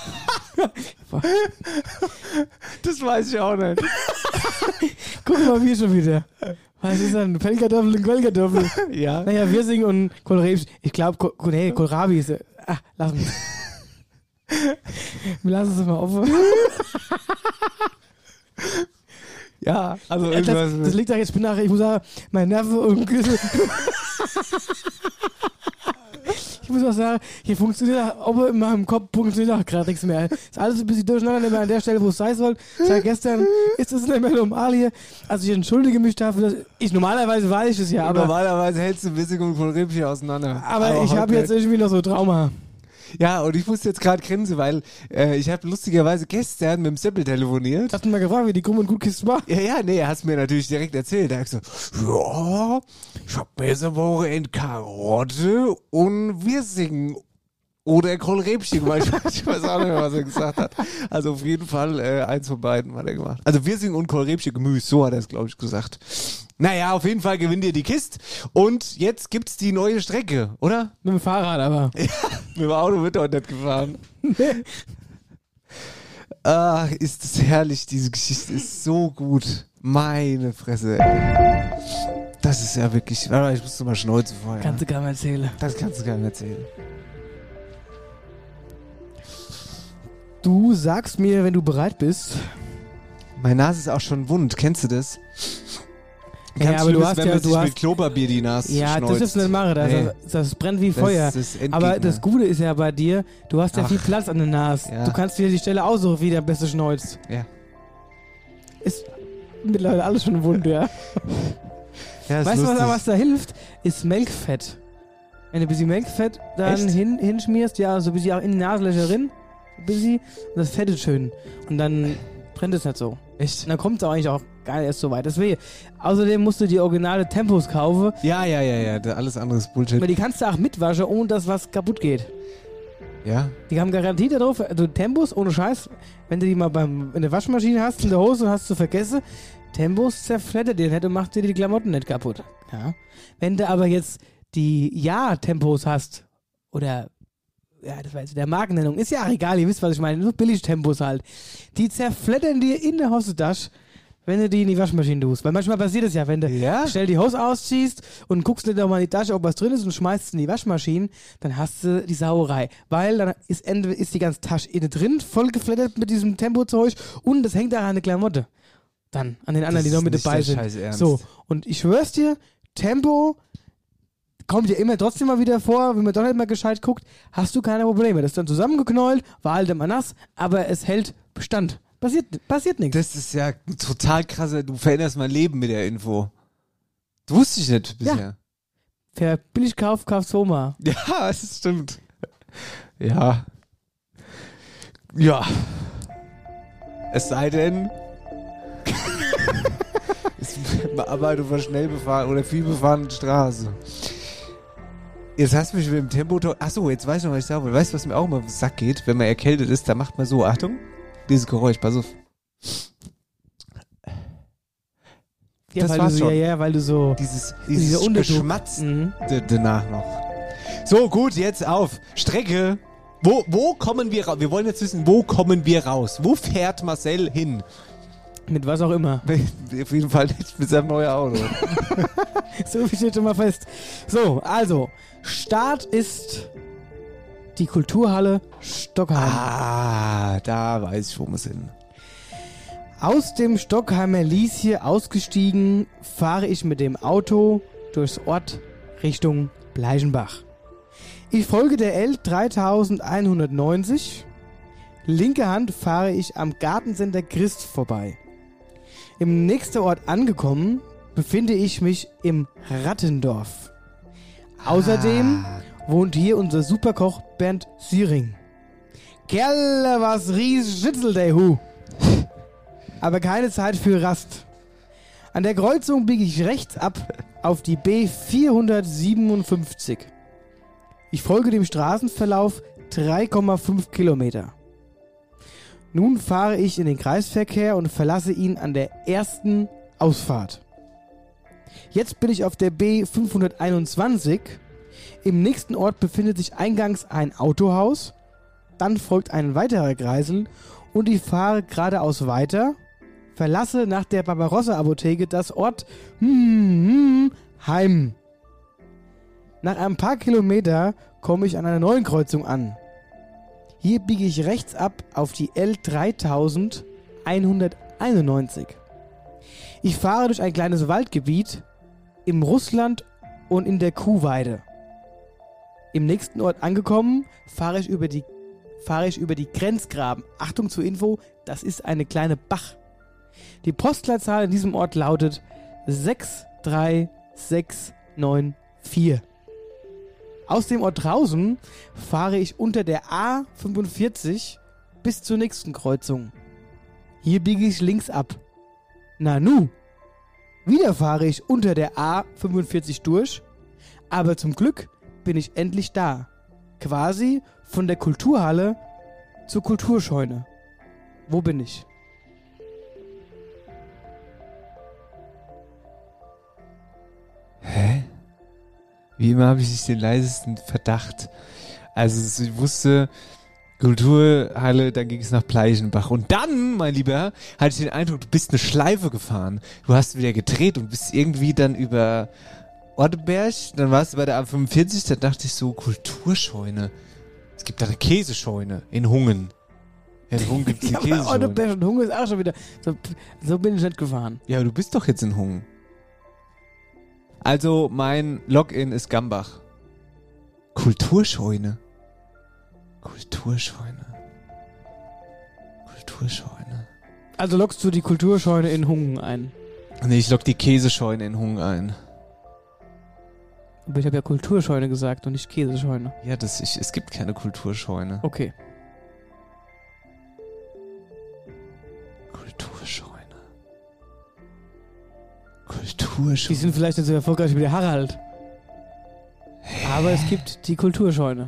Das weiß ich auch nicht. Guck mal, wir schon wieder. Was ist denn? Pellkartoffel und Quellkartoffel. Ja. Naja, Wirsing und Kohlrabi. Ich glaube, Kohl, nee, Kohlrabi ist. Ah, lassen wir. Wir lassen es mal offen. Ja, also Das, irgendwas. das liegt da jetzt, ich bin nachher, ich muss sagen, mein Neffe und Küssel. Ich muss auch sagen, hier funktioniert, ob in meinem Kopf funktioniert auch gerade nichts mehr. Ist alles ein bisschen durcheinander, nicht mehr an der Stelle, wo es sein soll. Seit gestern ist es nicht mehr normal hier. Also ich entschuldige mich dafür, dass ich normalerweise weiß ich es ja, aber, Normalerweise hältst du Wissing und Kohlräbchen auseinander. aber ich habe heute- jetzt irgendwie noch so Trauma. Ja, und ich musste jetzt gerade grinsen, weil äh, ich habe lustigerweise gestern mit dem Seppel telefoniert. Hast du mal gefragt, wie die Krumm- und Gutkiste war? Ja, ja, nee, er hat mir natürlich direkt erzählt. Er hat gesagt, ja, ich hab mir diese Woche in Karotte und Wirsing oder Kohlräbchen gemacht. Ich weiß auch nicht mehr, was er gesagt hat. Also auf jeden Fall äh, eins von beiden hat er gemacht. Also Wirsing und Kohlräbchen Gemüse, so hat er es, glaube ich, gesagt. Naja, auf jeden Fall gewinnt ihr die Kiste. Und jetzt gibt's die neue Strecke, oder? Mit dem Fahrrad aber. Mit dem Auto wird doch nicht gefahren. Ach, ist das herrlich, diese Geschichte ist so gut. Meine Fresse, ey. Das ist ja wirklich, warte, ich muss mal schneuzen vorher. Kannst du gar nicht erzählen. Das kannst du gar nicht erzählen. Du sagst mir, wenn du bereit bist. Meine Nase ist auch schon wund, kennst du das? Ja, Ganz aber du schlimm ist, hast wenn ja- man du sich hast- mit Klopapier die Nase Ja, das schneuzt. ist nicht machen. Das, Nee. das brennt wie Das Feuer. ist das Endgegner. Aber das Gute ist ja bei dir, du hast ja Ach. viel Platz an der Nase. Ja. Du kannst dir die Stelle aussuchen, wie der beste schneuzt. Ja. Ist mittlerweile alles schon wund, ja. Ja, ist Weißt du, was, lustig. was da hilft? Ist Melkfett. Wenn du ein bisschen Melkfett dann Echt? hin, hinschmierst, ja, so ein bisschen auch in die Nasenlöcher rein, ein bisschen, und das fettet schön. Und dann brennt es nicht so. Echt? Und dann kommt es auch eigentlich auch gar nicht erst so weit. Deswegen, außerdem musst du die originale Tempos kaufen, Ja, ja, ja, ja, da- alles andere ist Bullshit. aber die kannst du auch mitwaschen, ohne dass was kaputt geht. Ja? Die haben Garantie darauf, also Tempos, ohne Scheiß, wenn du die mal beim, in der Waschmaschine hast, in der Hose und hast du vergessen, Tempos zerfleddert dir nicht und macht dir die Klamotten nicht kaputt. Ja. Wenn du aber jetzt die Ja-Tempos hast, oder, ja, das war jetzt der Markennennung, ist ja auch egal, ihr wisst, was ich meine, nur Billig-Tempos halt, die zerfleddern dir in der Hosentasche, wenn du die in die Waschmaschine tust. Weil manchmal passiert es ja, wenn du Ja? schnell die Hose ausziehst und guckst nicht nochmal in die Tasche, ob was drin ist und schmeißt es in die Waschmaschine, dann hast du die Sauerei. Weil dann ist, entweder ist die ganze Tasche innen drin, voll geflattert mit diesem Tempozeug und das hängt daran an der Klamotte. Dann, an den anderen, Das die noch ist mit nicht dabei der sind. Scheiß Ernst. So, und ich schwör's dir, Tempo kommt dir immer trotzdem mal wieder vor, wenn man doch nicht mal gescheit guckt, hast du keine Probleme. Das ist dann zusammengeknäult, war halt immer nass, aber es hält Bestand. Passiert, passiert nichts. Das ist ja total krass. Du veränderst mein Leben mit der Info. Das wusste ich nicht bisher. Wer billig kauft, kauft Soma. Ja, das stimmt. Ja. Ja. Es sei denn, es bearbeitet auf einer schnell befahren oder viel befahrenen Straße. Jetzt hast du mich mit dem Tempo... Achso, jetzt weiß ich noch, was ich sagen will. Weißt du, was mir auch immer auf den Sack geht? Wenn man erkältet ist, da macht man so, Achtung, dieses Geräusch, pass auf. Ja, Das weil war's du so, schon. ja, ja, weil du so... Dieses, Dieser dieses Unterdruck. Geschmatz Mhm. d- danach noch. So, gut, jetzt auf. Strecke. Wo, wo kommen wir raus? Wir wollen jetzt wissen, wo kommen wir raus? Wo fährt Marcel hin? Mit was auch immer. Auf jeden Fall nicht mit seinem neuen Auto. So viel steht schon mal fest. So, also, Start ist die Kulturhalle Stockheim. Ah, da weiß ich, wo wir sind. Aus dem Stockheimer Lieschen ausgestiegen, fahre ich mit dem Auto durchs Ort Richtung Bleichenbach. Ich folge der L dreitausendeinhundertneunzig. Linke Hand fahre ich am Gartencenter Christ vorbei. Im nächsten Ort angekommen, befinde ich mich im Rattendorf. Außerdem Ah. wohnt hier unser Superkoch Bernd Siering. Kerle, was ries Schnitzel, der Hu. Aber keine Zeit für Rast. An der Kreuzung biege ich rechts ab auf die B vierhundertsiebenundfünfzig. Ich folge dem Straßenverlauf drei Komma fünf Kilometer. Nun fahre ich in den Kreisverkehr und verlasse ihn an der ersten Ausfahrt. Jetzt bin ich auf der B fünfhunderteinundzwanzig. Im nächsten Ort befindet sich eingangs ein Autohaus. Dann folgt ein weiterer Kreisel und ich fahre geradeaus weiter, verlasse nach der Barbarossa-Apotheke das Ort hm, hm, Heim. Nach ein paar Kilometer komme ich an einer neuen Kreuzung an. Hier biege ich rechts ab auf die L dreitausendeinhunderteinundneunzig. Ich fahre durch ein kleines Waldgebiet im Russland und in der Kuhweide. Im nächsten Ort angekommen, fahre ich über die, fahre ich über die Grenzgraben. Achtung zur Info, das ist eine kleine Bach. Die Postleitzahl in diesem Ort lautet sechs drei sechs neun vier. Aus dem Ort draußen fahre ich unter der A fünfundvierzig bis zur nächsten Kreuzung. Hier biege ich links ab. Nanu. Wieder fahre ich unter der A fünfundvierzig durch, aber zum Glück bin ich endlich da. Quasi von der Kulturhalle zur Kulturscheune. Wo bin ich? Hä? Wie immer habe ich nicht den leisesten Verdacht. Also ich wusste, Kulturhalle, dann ging es nach Bleichenbach. Und dann, mein Lieber, hatte ich den Eindruck, du bist eine Schleife gefahren. Du hast wieder gedreht und bist irgendwie dann über Orteberg, dann warst du bei der A fünfundvierzig, da dachte ich so, Kulturscheune. Es gibt da eine Käsescheune in Hungen. Ja, in Hungen gibt es eine Ja, aber Käsescheune. Orteberg und Hunger ist auch schon wieder... So, so bin ich nicht gefahren. Ja, aber du bist doch jetzt in Hungen. Also, mein Login ist Gambach. Kulturscheune. Kulturscheune. Kulturscheune. Also lockst du die Kulturscheune in Hungen ein. Nee, ich log die Käsescheune in Hungen ein. Aber ich habe ja Kulturscheune gesagt und nicht Käsescheune. Ja, das, ich, es gibt keine Kulturscheune. Okay. Kulturscheune. Kulturscheune. Die sind vielleicht nicht so erfolgreich wie der Harald. Aber es gibt die Kulturscheune.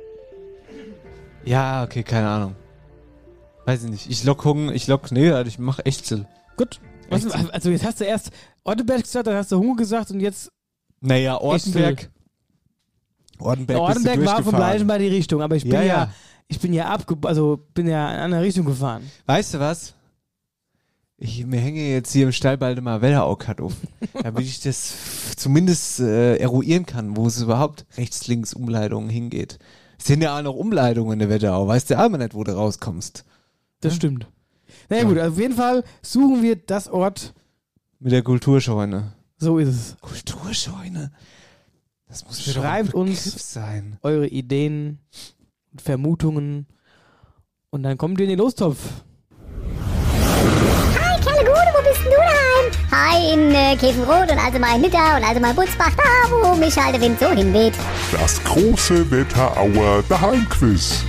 Ja, okay, keine Ahnung. Weiß ich nicht. Ich log Hungen, ich log, nee, also ich mach Echtsel. Gut. Was, Echtsel. also jetzt hast du erst Orteberg gesagt, dann hast du Hunger gesagt und jetzt... Naja, Ortenberg. Echtsel. Ortenberg, Der Ortenberg bist du war von durchgefahren. Bleichenbach die Richtung, aber ich bin Ja, ja, ja. ich bin ja abge... Also bin ja in eine andere Richtung gefahren. Weißt du was? Ich, mir hänge jetzt hier im Stall bald mal Wetteraukat auf, damit ich das f- zumindest äh, eruieren kann, wo es überhaupt rechts-links-Umleitungen hingeht. Es sind ja auch noch Umleitungen in der Wetterau. Weißt du auch mal nicht, wo du rauskommst. Das stimmt. Naja gut, auf jeden Fall suchen wir das Ort. Mit der Kulturscheune. So ist es. Kulturscheune? Das muss mir Schreibt doch ein uns- Begriff sein. Eure Ideen und Vermutungen. Und dann kommt ihr in den Lostopf. Hi, Kerle Gude, wo bist denn du daheim? Hi in äh, Käfenrot und also mal in Nidda und also mal in Butzbach, da wo mich halt der Wind so hinweht. Das große Wetterauer Daheimquiz.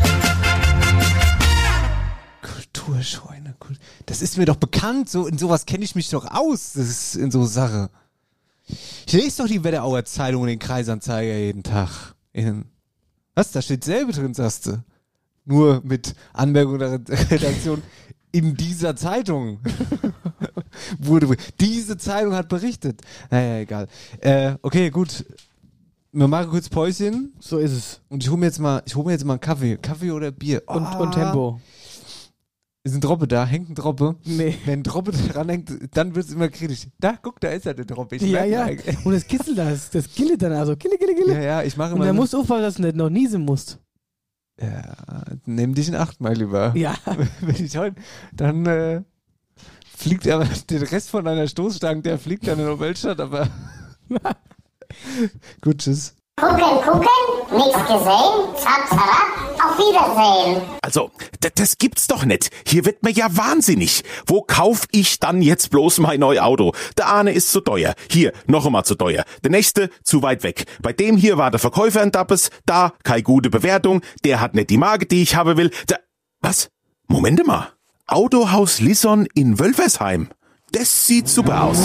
Kulturscheune, Kult- das ist mir doch bekannt, so in sowas kenne ich mich doch aus, das ist in so Sache. Ich lese doch die Wetterauer Zeitung und den Kreisanzeiger jeden Tag. In, was, da steht selbe drin, sagst du? Nur mit Anmerkung der Redaktion, in dieser Zeitung wurde, diese Zeitung hat berichtet. Naja, egal. Äh, okay, gut. Wir machen kurz Päuschen. So ist es. Und ich hole mir jetzt mal, ich hole mir jetzt mal einen Kaffee. Kaffee oder Bier. Und, Ah. und Tempo. Ist ein Droppe da? Hängt ein Droppe? Nee. Wenn ein Droppe dran hängt, dann wird es immer kritisch. Da, guck, da ist ja der Droppe. Ich Ja, merk ja. mal. Und das Kitzelt das, das gillet dann also. Gille, gille, gille. Ja, ja, ich mache Und mal. dann musst du aufpassen, dass du nicht noch niesen musst. Ja, nimm dich in Acht, mein Lieber. Ja. Wenn ich heute, dann äh, fliegt aber der Rest von deiner Stoßstange, der fliegt dann in der Weltstadt, aber gut, tschüss. Gucken, gucken, nichts gesehen, zap, zap, auf Wiedersehen. Also, d- das gibt's doch nicht. Hier wird mir ja wahnsinnig. Wo kauf ich dann jetzt bloß mein neues Auto? Der eine ist zu teuer. Hier, noch einmal zu teuer. Der nächste zu weit weg. Bei dem hier war der Verkäufer ein Dappes. Da, keine gute Bewertung. Der hat nicht die Marke, die ich haben will. Da, was? Moment mal. Autohaus Lisson in Wölfersheim. Das sieht super aus.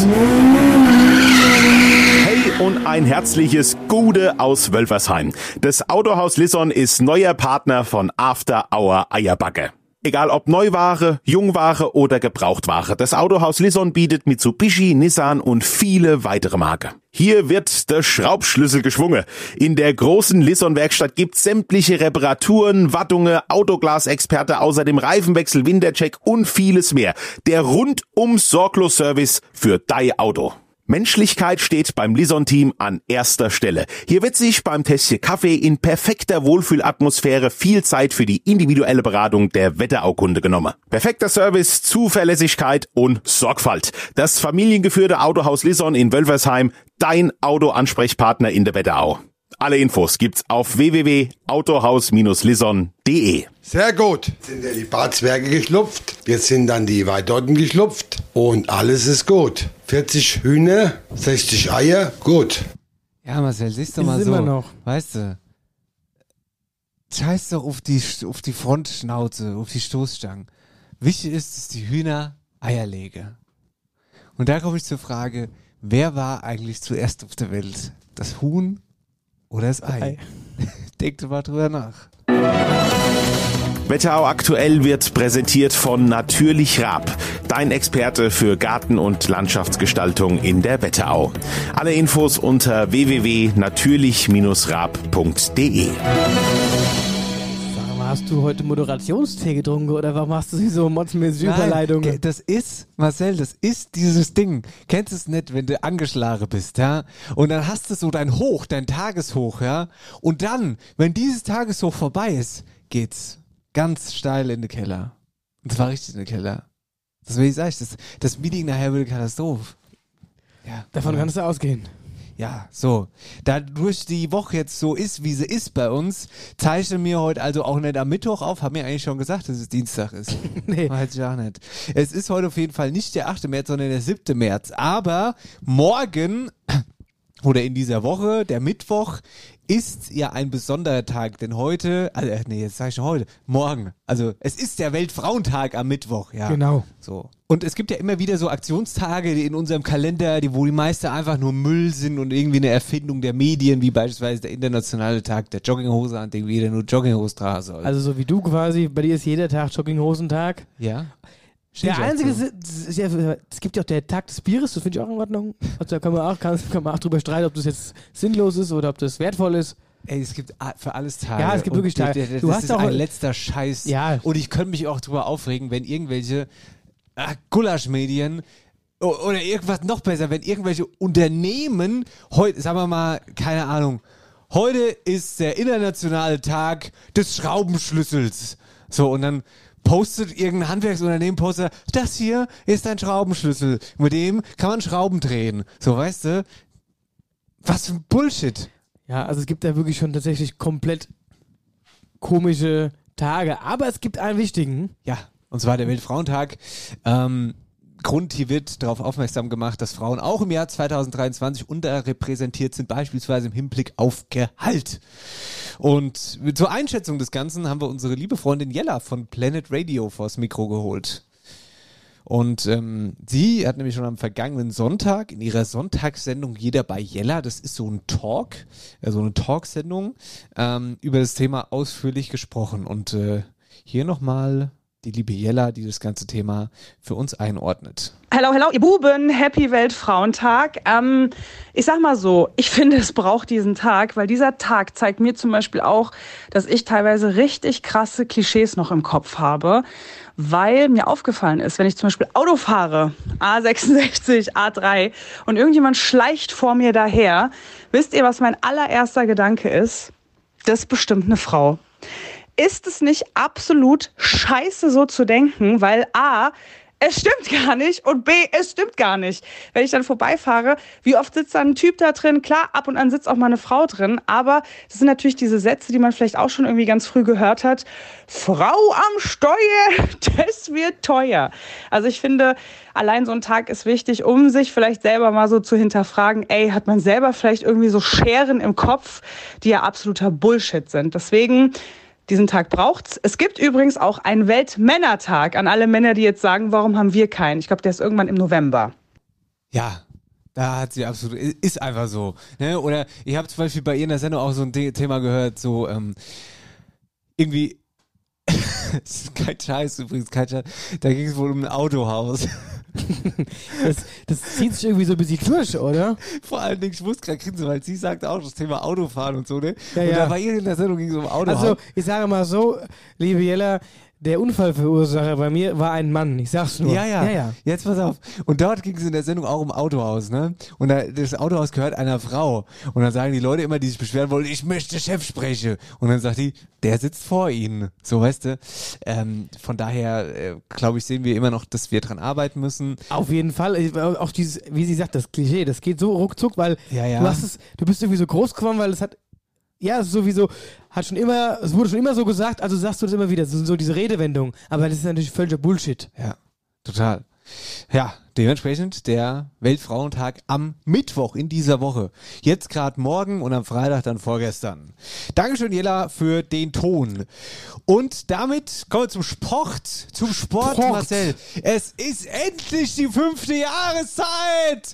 Hey und ein herzliches Gude aus Wölfersheim. Das Autohaus Lisson ist neuer Partner von After Hour Eierbacke. Egal ob Neuware, Jungware oder Gebrauchtware, das Autohaus Lisson bietet Mitsubishi, Nissan und viele weitere Marken. Hier wird der Schraubschlüssel geschwungen. In der großen Lisson-Werkstatt gibt's sämtliche Reparaturen, Wartungen, Autoglasexperte, außerdem Reifenwechsel, Wintercheck und vieles mehr. Der rundum sorglos Service für dein Auto. Menschlichkeit steht beim Lisson-Team an erster Stelle. Hier wird sich beim Tässchen Kaffee in perfekter Wohlfühlatmosphäre viel Zeit für die individuelle Beratung der Wetteraukunde genommen. Perfekter Service, Zuverlässigkeit und Sorgfalt. Das familiengeführte Autohaus Lisson in Wölfersheim, dein Autoansprechpartner in der Wetterau. Alle Infos gibt's auf w w w punkt autohaus lisson punkt de. Sehr gut. Jetzt sind ja die Barzwerge geschlupft. Jetzt sind dann die Weidotten geschlupft. Und alles ist gut. vierzig Hühner, sechzig Eier, gut. Ja, Marcel, siehst du Ist mal es so. immer noch. Weißt du, scheiß doch auf die, auf die Frontschnauze, auf die Stoßstangen. Wichtig ist, dass die Hühner Eier legen. Und da komme ich zur Frage, wer war eigentlich zuerst auf der Welt? Das Huhn oder das Ei? Ei. Denkt mal drüber nach. Wetterau aktuell wird präsentiert von Natürlich Raab, dein Experte für Garten- und Landschaftsgestaltung in der Wetterau. Alle Infos unter w w w punkt natürlich raab punkt de. Sag mal, hast du heute Moderationstee getrunken oder warum hast du so motzmäßige Überleitungen? Nein, das ist, Marcel, das ist dieses Ding. Kennst du es nicht, wenn du angeschlagen bist, ja? Und dann hast du so dein Hoch, dein Tageshoch, ja? Und dann, wenn dieses Tageshoch vorbei ist, geht's ganz steil in den Keller. Und zwar richtig in den Keller. Das will ich sagen, das, das Meeting nachher wird eine Katastrophe. Ja, Davon ja. kannst du ausgehen. Ja, so. Da durch die Woche jetzt so ist, wie sie ist bei uns, zeichnen wir heute also auch nicht am Mittwoch auf. Haben wir eigentlich schon gesagt, dass es Dienstag ist. Nee. Weiß ich auch nicht. Es ist heute auf jeden Fall nicht der achte März, sondern der siebte März. Aber morgen oder in dieser Woche, der Mittwoch, ist ja ein besonderer Tag, denn heute, also, nee, jetzt sage ich schon heute, morgen, also es ist der Weltfrauentag am Mittwoch, ja. Genau. So. Und es gibt ja immer wieder so Aktionstage in unserem Kalender, die, wo die meisten einfach nur Müll sind und irgendwie eine Erfindung der Medien, wie beispielsweise der internationale Tag der Jogginghose, an dem jeder nur Jogginghose tragen soll. Also so wie du quasi, bei dir ist jeder Tag Jogginghosentag. ja. Der Stimmt einzige, auch so. ist- ist ja, es gibt ja auch der Tag des Bieres, das finde ich auch in Ordnung. Also da kann man auch, kann, kann man auch drüber streiten, ob das jetzt sinnlos ist oder ob das wertvoll ist. Ey, es gibt a- für alles Tage. Ja, es gibt Und wirklich Tage. der- der- Du das hast ist auch- ein letzter Scheiß. Ja. Und ich könnte mich auch drüber aufregen, wenn irgendwelche äh, Gulaschmedien o- oder irgendwas noch besser, wenn irgendwelche Unternehmen heute, sagen wir mal, keine Ahnung, heute ist der internationale Tag des Schraubenschlüssels. So, und dann postet irgendein Handwerksunternehmen, postet, das hier ist ein Schraubenschlüssel. Mit dem kann man Schrauben drehen. So, weißt du? Was für ein Bullshit. Ja, also es gibt da wirklich schon tatsächlich komplett komische Tage. Aber es gibt einen wichtigen. Ja, und zwar der Weltfrauentag. Ähm, Grund, hier wird darauf aufmerksam gemacht, dass Frauen auch im Jahr zwanzig dreiundzwanzig unterrepräsentiert sind, beispielsweise im Hinblick auf Gehalt. Und zur Einschätzung des Ganzen haben wir unsere liebe Freundin Jella von Planet Radio vors Mikro geholt. Und ähm, sie hat nämlich schon am vergangenen Sonntag in ihrer Sonntagssendung Jeder bei Jella, das ist so ein Talk, äh, so eine Talksendung, ähm, über das Thema ausführlich gesprochen. Und äh, hier nochmal die liebe Jella, die das ganze Thema für uns einordnet. Hello, hello, ihr Buben, Happy Weltfrauentag. Ähm, ich sag mal so, ich finde, es braucht diesen Tag, weil dieser Tag zeigt mir zum Beispiel auch, dass ich teilweise richtig krasse Klischees noch im Kopf habe, weil mir aufgefallen ist, wenn ich zum Beispiel Auto fahre, A sechsundsechzig, A drei, und irgendjemand schleicht vor mir daher, wisst ihr, was mein allererster Gedanke ist? Das ist bestimmt eine Frau. Ist es nicht absolut scheiße, so zu denken, weil A, es stimmt gar nicht und B, es stimmt gar nicht. Wenn ich dann vorbeifahre, wie oft sitzt da ein Typ da drin? Klar, ab und an sitzt auch mal eine Frau drin, aber das sind natürlich diese Sätze, die man vielleicht auch schon irgendwie ganz früh gehört hat. Frau am Steuer, das wird teuer. Also ich finde, allein so ein Tag ist wichtig, um sich vielleicht selber mal so zu hinterfragen, ey, hat man selber vielleicht irgendwie so Scheren im Kopf, die ja absoluter Bullshit sind. Deswegen, diesen Tag braucht's. Es gibt übrigens auch einen Weltmännertag an alle Männer, die jetzt sagen, warum haben wir keinen? Ich glaube, der ist irgendwann im November. Ja, da hat sie absolut, ist einfach so. Ne? Oder ich habe zum Beispiel bei ihr in der Sendung auch so ein Thema gehört, so ähm, irgendwie, das ist kein Scheiß übrigens, kein Scheiß, da ging es wohl um ein Autohaus. Das, das zieht sich irgendwie so ein bisschen durch, oder? Vor allen Dingen, ich muss gerade grinsen, weil sie sagt auch das Thema Autofahren und so, ne? Ja, und ja. da bei ihr in der Sendung ging es um Autohaus. Also, ich sage mal so, liebe Jella, der Unfallverursacher bei mir war ein Mann, ich sag's nur. Ja, ja, ja, ja. Jetzt pass auf. Und dort ging es in der Sendung auch um Autohaus, ne? Und da, das Autohaus gehört einer Frau. Und dann sagen die Leute immer, die sich beschweren wollen, ich möchte Chef sprechen. Und dann sagt die, der sitzt vor ihnen. So, weißt du? Ähm, von daher, äh, glaube ich, sehen wir immer noch, dass wir dran arbeiten müssen. Auf jeden Fall. Auch dieses, wie sie sagt, das Klischee, das geht so ruckzuck, weil Ja, ja. du hast es, du bist irgendwie so groß geworden, weil es hat, ja, es ist sowieso, hat schon immer, es wurde schon immer so gesagt, also sagst du das immer wieder, so, so diese Redewendung. Aber das ist natürlich völliger Bullshit. Ja, total. Ja, dementsprechend der Weltfrauentag am Mittwoch in dieser Woche. Jetzt gerade morgen und am Freitag dann vorgestern. Dankeschön, Jella, für den Ton. Und damit kommen wir zum Sport. Zum Sport, Sport. Marcel. Es ist endlich die fünfte Jahreszeit.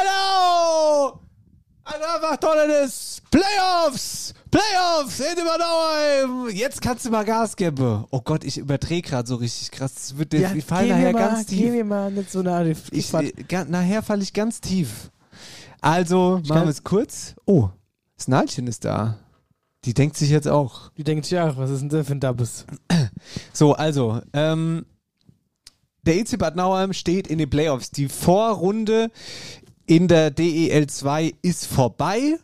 Hello! Also einfach tolles Playoffs! Playoffs in Übernauheim! Jetzt kannst du mal Gas geben. Oh Gott, ich überdrehe gerade so richtig krass. Das wird, Ja, ich falle geh nachher mir mal, ganz tief. Geh mir mal nicht so nah. Ich, Ich, äh, ga, nachher falle ich ganz tief. Also, machen wir es kurz. Oh, das Nalchen ist da. Die denkt sich jetzt auch. Die denkt sich auch, was ist denn das für ein Dabbes? So, also, ähm, der E C Bad Nauheim steht in den Playoffs. Die Vorrunde in der D E L zwei ist vorbei.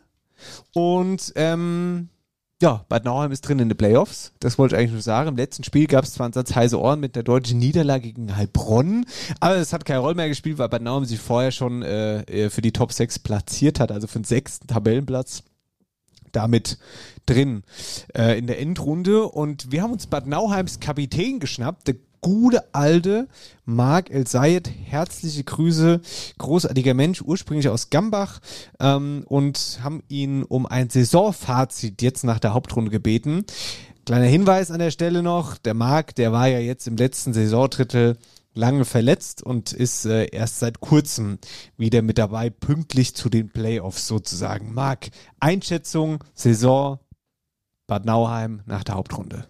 Und, ähm, ja, Bad Nauheim ist drin in den Playoffs. Das wollte ich eigentlich nur sagen. Im letzten Spiel gab es zwar einen Satz heiße Ohren mit der deutschen Niederlage gegen Heilbronn, aber es hat keine Rolle mehr gespielt, weil Bad Nauheim sich vorher schon äh, für die Top sechs platziert hat, also für den sechsten Tabellenplatz. Damit drin äh, in der Endrunde. Und wir haben uns Bad Nauheims Kapitän geschnappt, der gute alte Marc El-Sayed. Herzliche Grüße, großartiger Mensch, ursprünglich aus Gambach, ähm, und haben ihn um ein Saisonfazit jetzt nach der Hauptrunde gebeten. Kleiner Hinweis an der Stelle noch, der Marc, der war ja jetzt im letzten Saisondrittel lange verletzt und ist äh, erst seit kurzem wieder mit dabei, pünktlich zu den Playoffs sozusagen. Marc, Einschätzung, Saison, Bad Nauheim nach der Hauptrunde.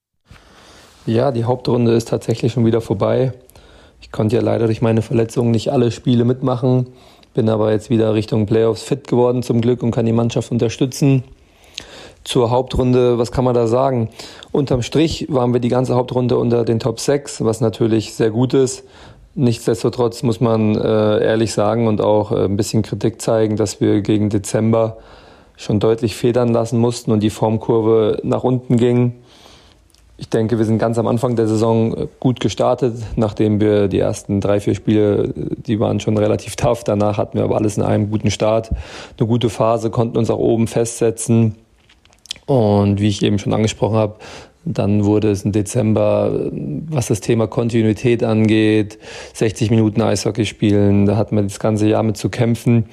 Ja, die Hauptrunde ist tatsächlich schon wieder vorbei. Ich konnte ja leider durch meine Verletzung nicht alle Spiele mitmachen, bin aber jetzt wieder Richtung Playoffs fit geworden zum Glück und kann die Mannschaft unterstützen. Zur Hauptrunde, was kann man da sagen? Unterm Strich waren wir die ganze Hauptrunde unter den Top sechs, was natürlich sehr gut ist. Nichtsdestotrotz muss man äh, ehrlich sagen und auch äh, ein bisschen Kritik zeigen, dass wir gegen Dezember schon deutlich federn lassen mussten und die Formkurve nach unten ging. Ich denke, wir sind ganz am Anfang der Saison gut gestartet, nachdem wir die ersten drei, vier Spiele, die waren schon relativ tough. Danach hatten wir aber alles in einem guten Start, eine gute Phase, konnten uns auch oben festsetzen. Und wie ich eben schon angesprochen habe, dann wurde es im Dezember, was das Thema Kontinuität angeht, sechzig Minuten Eishockey spielen, da hatten wir das ganze Jahr mit zu kämpfen.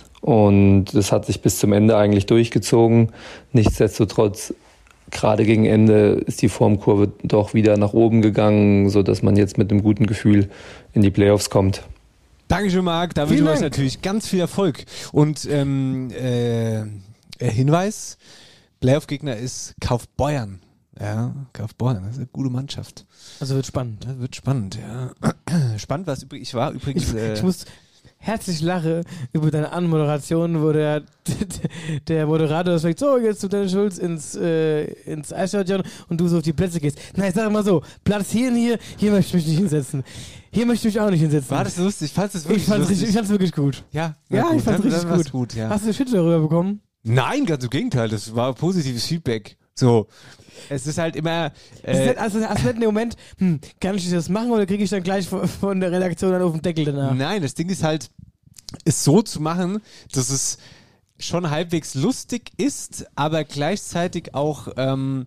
Und das hat sich bis zum Ende eigentlich durchgezogen. Nichtsdestotrotz, gerade gegen Ende ist die Formkurve doch wieder nach oben gegangen, sodass man jetzt mit einem guten Gefühl in die Playoffs kommt. Dankeschön, Marc. Da wünsche ich euch natürlich ganz viel Erfolg. Und ähm, äh, Hinweis, Playoff-Gegner ist Kaufbeuern. Ja, Kaufbeuern, das ist eine gute Mannschaft. Also wird spannend. Das wird spannend, ja. Spannend war es übrigens, ich war übrigens... Ich, äh, ich muss herzlich lachen über deine Anmoderation, wo der, der Moderator sagt, so, jetzt zu Dennis Schulz ins, äh, ins Eisstadion und du so auf die Plätze gehst. Nein, ich sag mal so, Platz hier und hier, hier möchte ich mich nicht hinsetzen. Hier möchte ich mich auch nicht hinsetzen. War das lustig? Ich fand's das wirklich ich fand's lustig. Richtig, ich fand's wirklich gut. Ja, ja, gut, ich fand's dann, richtig dann gut. gut ja. Hast du Shit darüber bekommen? Nein, ganz im Gegenteil, das war positives Feedback. So, es ist halt immer... Äh, ist also, also in dem Moment, hm, kann ich das machen oder kriege ich dann gleich von, von der Redaktion dann auf den Deckel danach? Nein, das Ding ist halt, es so zu machen, dass es schon halbwegs lustig ist, aber gleichzeitig auch... Ähm,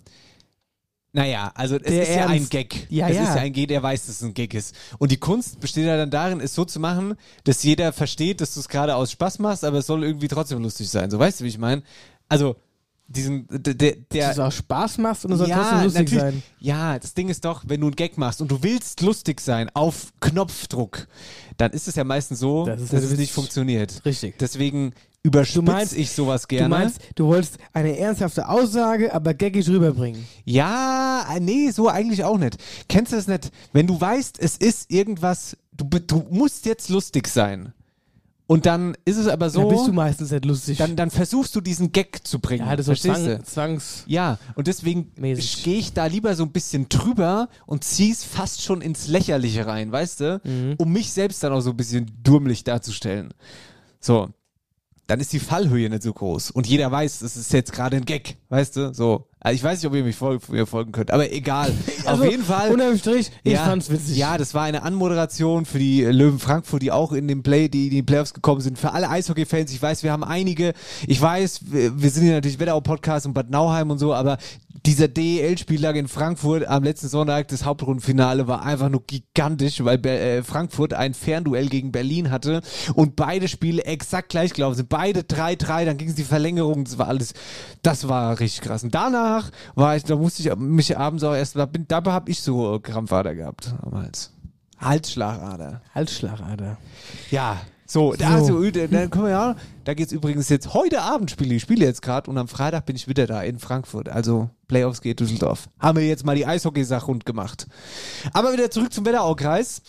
Naja, also es der ist Ernst. ja ein Gag. Ja, es ja. ist ja ein Gag, der weiß, dass es ein Gag ist. Und die Kunst besteht ja dann darin, es so zu machen, dass jeder versteht, dass du es gerade aus Spaß machst, aber es soll irgendwie trotzdem lustig sein. So, weißt du, wie ich meine? Also, diesen, der, der, Dass du es auch Spaß machst und es soll ja, trotzdem lustig natürlich. sein. Ja, das Ding ist doch, wenn du einen Gag machst und du willst lustig sein auf Knopfdruck, dann ist es ja meistens so, Das ist dass halt es nicht funktioniert. Richtig. Deswegen überspitze ich sowas gerne. Du meinst, du wolltest eine ernsthafte Aussage, aber gaggig rüberbringen. Ja, nee, so eigentlich auch nicht. Kennst du das nicht? Wenn du weißt, es ist irgendwas, du, du musst jetzt lustig sein. Und dann ist es aber so. Da bist du meistens nicht lustig. Dann, dann versuchst du diesen Gag zu bringen. Ja, das ist so verstehst Zwang, du? Zwangs. Ja, und deswegen mäßig. gehe ich da lieber so ein bisschen drüber und zieh's fast schon ins Lächerliche rein, weißt du? Mhm. Um mich selbst dann auch so ein bisschen dummlich darzustellen. So. Dann ist die Fallhöhe nicht so groß. Und jeder weiß, das ist jetzt gerade ein Gag, weißt du? So. Also ich weiß nicht, ob ihr mich folgen, mir folgen könnt, aber egal. Also, auf jeden Fall. Unterm Strich, ich ja, fand's witzig. Ja, das war eine Anmoderation für die Löwen Frankfurt, die auch in den Play, die in die Playoffs gekommen sind. Für alle Eishockey-Fans. Ich weiß, wir haben einige. Ich weiß, wir, wir sind hier natürlich Wetterau-Podcast und Bad Nauheim und so, aber dieser D E L-Spieltag in Frankfurt am letzten Sonntag, das Hauptrundenfinale, war einfach nur gigantisch, weil äh, Frankfurt ein Fernduell gegen Berlin hatte und beide Spiele exakt gleich gelaufen sind. Beide drei drei, dann ging es die Verlängerung, das war alles, das war richtig krass. Und danach war ich, da musste ich mich abends auch erst, da bin, dabei habe ich so Krampfader gehabt damals. Halsschlagader. Halsschlagader. Ja. So, da, So. so, dann können wir ja, da geht's übrigens jetzt, heute Abend spiele ich, spiele jetzt gerade und am Freitag bin ich wieder da in Frankfurt, also Playoffs geht Düsseldorf. Haben wir jetzt mal die Eishockey-Sache rund gemacht. Aber wieder zurück zum Wetterau-Kreis.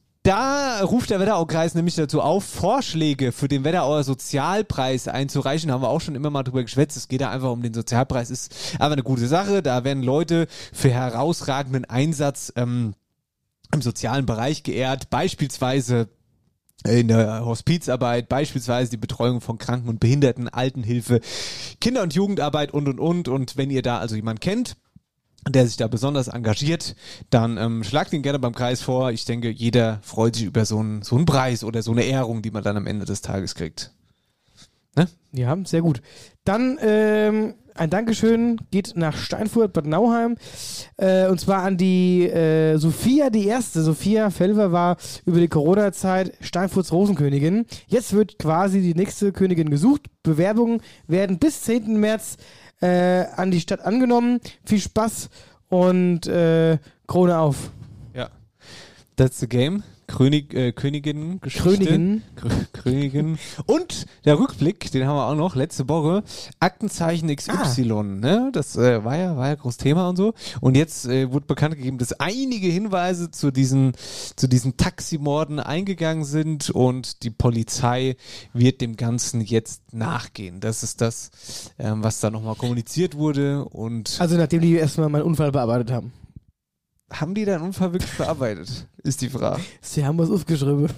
Da ruft der Wetterau-Kreis nämlich dazu auf, Vorschläge für den Wetterauer Sozialpreis einzureichen. Haben wir auch schon immer mal drüber geschwätzt. Es geht da einfach um den Sozialpreis. Ist aber eine gute Sache. Da werden Leute für herausragenden Einsatz ähm, im sozialen Bereich geehrt. Beispielsweise in der Hospizarbeit, beispielsweise die Betreuung von Kranken und Behinderten, Altenhilfe, Kinder- und Jugendarbeit und, und, und. Und wenn ihr da also jemanden kennt, der sich da besonders engagiert, dann ähm, schlagt ihn gerne beim Kreis vor. Ich denke, jeder freut sich über so einen, so einen Preis oder so eine Ehrung, die man dann am Ende des Tages kriegt. Ne? Ja, sehr gut. Dann ähm, ein Dankeschön geht nach Steinfurt, Bad Nauheim. Äh, und zwar an die äh, Sophia, die erste. Sophia Felver war über die Corona-Zeit Steinfurts Rosenkönigin. Jetzt wird quasi die nächste Königin gesucht. Bewerbungen werden bis zehnten März äh, an die Stadt angenommen. Viel Spaß und äh, Krone auf. Ja. That's the game. König, äh, Königin, Geschichte. Königin. Krö- Königin. Und der Rückblick, den haben wir auch noch letzte Woche. Aktenzeichen X Y, ah. ne? Das äh, war ja, war ja groß Thema und so. Und jetzt äh, wurde bekannt gegeben, dass einige Hinweise zu diesen, zu diesen Taximorden eingegangen sind und die Polizei wird dem Ganzen jetzt nachgehen. Das ist das, ähm, was da nochmal kommuniziert wurde und. Also nachdem die erstmal meinen Unfall bearbeitet haben. Haben die deinen Unfall wirklich bearbeitet? Ist die Frage. Sie haben was aufgeschrieben.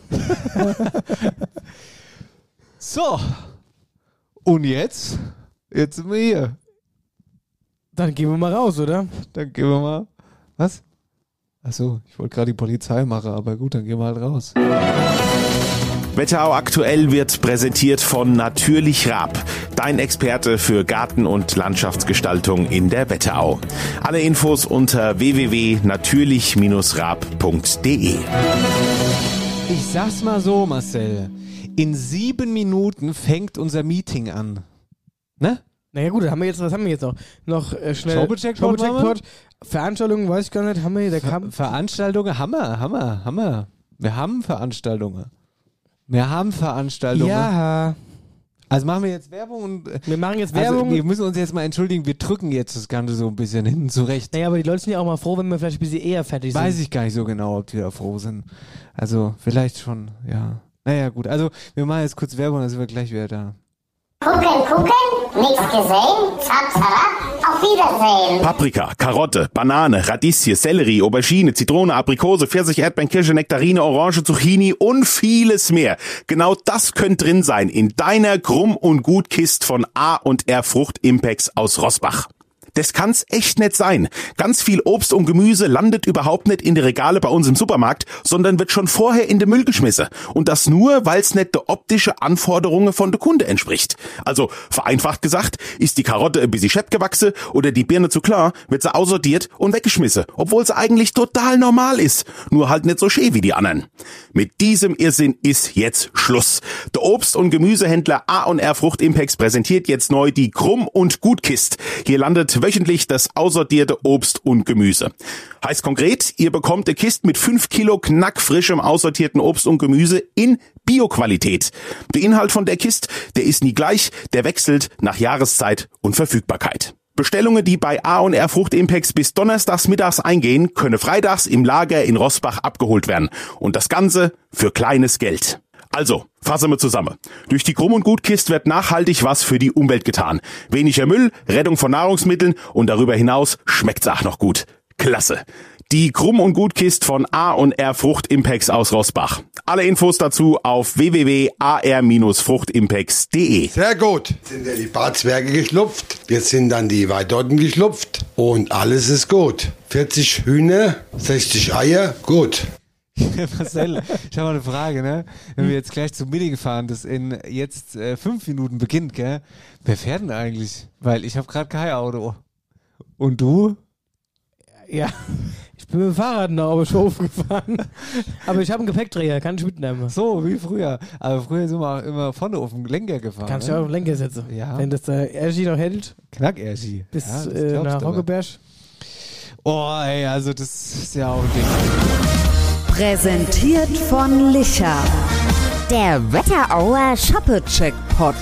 So. Und jetzt? Jetzt sind wir hier. Dann gehen wir mal raus, oder? Dann gehen wir mal. Was? Achso, ich wollte gerade die Polizei machen, aber gut, dann gehen wir halt raus. Wetterau aktuell wird präsentiert von Natürlich Raab, dein Experte für Garten- und Landschaftsgestaltung in der Wetterau. Alle Infos unter w w w punkt natürlich raab punkt d e. Ich sag's mal so, Marcel. In sieben Minuten fängt unser Meeting an. Ne? Naja gut, haben wir jetzt, was haben wir jetzt noch? Noch äh, schnell Showcheckpot, Showcheckpot. Veranstaltungen, weiß ich gar nicht, haben wir hier, der Ver kam. Veranstaltungen, Hammer, Hammer, Hammer. Wir haben Veranstaltungen. Wir haben Veranstaltungen. Ja. Also machen wir jetzt Werbung und... Äh, wir machen jetzt also Werbung. Wir müssen uns jetzt mal entschuldigen, wir drücken jetzt das Ganze so ein bisschen hinten zurecht. Naja, aber die Leute sind ja auch mal froh, wenn wir vielleicht ein bisschen eher fertig sind. Weiß ich gar nicht so genau, ob die da froh sind. Also vielleicht schon, ja. Naja gut, also wir machen jetzt kurz Werbung, dann sind wir gleich wieder da. Gucken, gucken, nichts gesehen, zap, zap, auf Wiedersehen. Paprika, Karotte, Banane, Radieschen, Sellerie, Aubergine, Zitrone, Aprikose, Pfirsich, Erdbeeren, Kirsche, Nektarine, Orange, Zucchini und vieles mehr. Genau das könnte drin sein in deiner Krumm- und Gutkist von A und R Frucht Impex aus Rossbach. Das kann's echt nicht sein. Ganz viel Obst und Gemüse landet überhaupt nicht in die Regale bei uns im Supermarkt, sondern wird schon vorher in den Müll geschmissen. Und das nur, weil's nicht der optische Anforderungen von der Kunde entspricht. Also, vereinfacht gesagt, ist die Karotte ein bisschen schepp gewachsen oder die Birne zu klar, wird sie aussortiert und weggeschmissen, obwohl sie eigentlich total normal ist. Nur halt nicht so schön wie die anderen. Mit diesem Irrsinn ist jetzt Schluss. Der Obst- und Gemüsehändler A und R Frucht Impex präsentiert jetzt neu die Krumm- und Gutkist. Hier landet wöchentlich das aussortierte Obst und Gemüse. Heißt konkret, ihr bekommt eine Kiste mit fünf Kilo knackfrischem aussortierten Obst und Gemüse in Bio-Qualität. Der Inhalt von der Kiste, der ist nie gleich, der wechselt nach Jahreszeit und Verfügbarkeit. Bestellungen, die bei A und R Frucht Impex bis donnerstags mittags eingehen, können freitags im Lager in Rossbach abgeholt werden. Und das Ganze für kleines Geld. Also, fassen wir zusammen. Durch die Krumm- und Gutkist wird nachhaltig was für die Umwelt getan. Weniger Müll, Rettung von Nahrungsmitteln und darüber hinaus schmeckt's auch noch gut. Klasse. Die Krumm- und Gutkist von A und R Frucht Impex aus Rossbach. Alle Infos dazu auf w w w punkt a r frucht impex punkt d e. Sehr gut. Jetzt sind ja die Barzwerge geschlupft. Jetzt sind dann die Weidotten geschlupft. Und alles ist gut. vierzig Hühner, sechzig Eier, gut. Marcel, ich habe mal eine Frage, ne? Wenn wir jetzt gleich zum Meeting fahren, das in jetzt äh, fünf Minuten beginnt, gell? Wer fährt denn eigentlich? Weil ich habe gerade kein Auto. Und du? Ja, ich bin mit dem Fahrrad nach Oberschof gefahren. Aber ich habe einen Gepäckträger, kann ich mitnehmen. So, wie früher. Aber früher sind wir auch immer vorne auf dem Lenker gefahren. Kannst du ne? auch auf den Lenker setzen. Ja. Wenn das der Ergi noch hält. Knack-Ergi. Bis ja, äh, nach Roggeberg. Oh, ey, also das ist ja auch ein Ding. Präsentiert von Licher. Der Wetterauer Shoppe-Checkpot.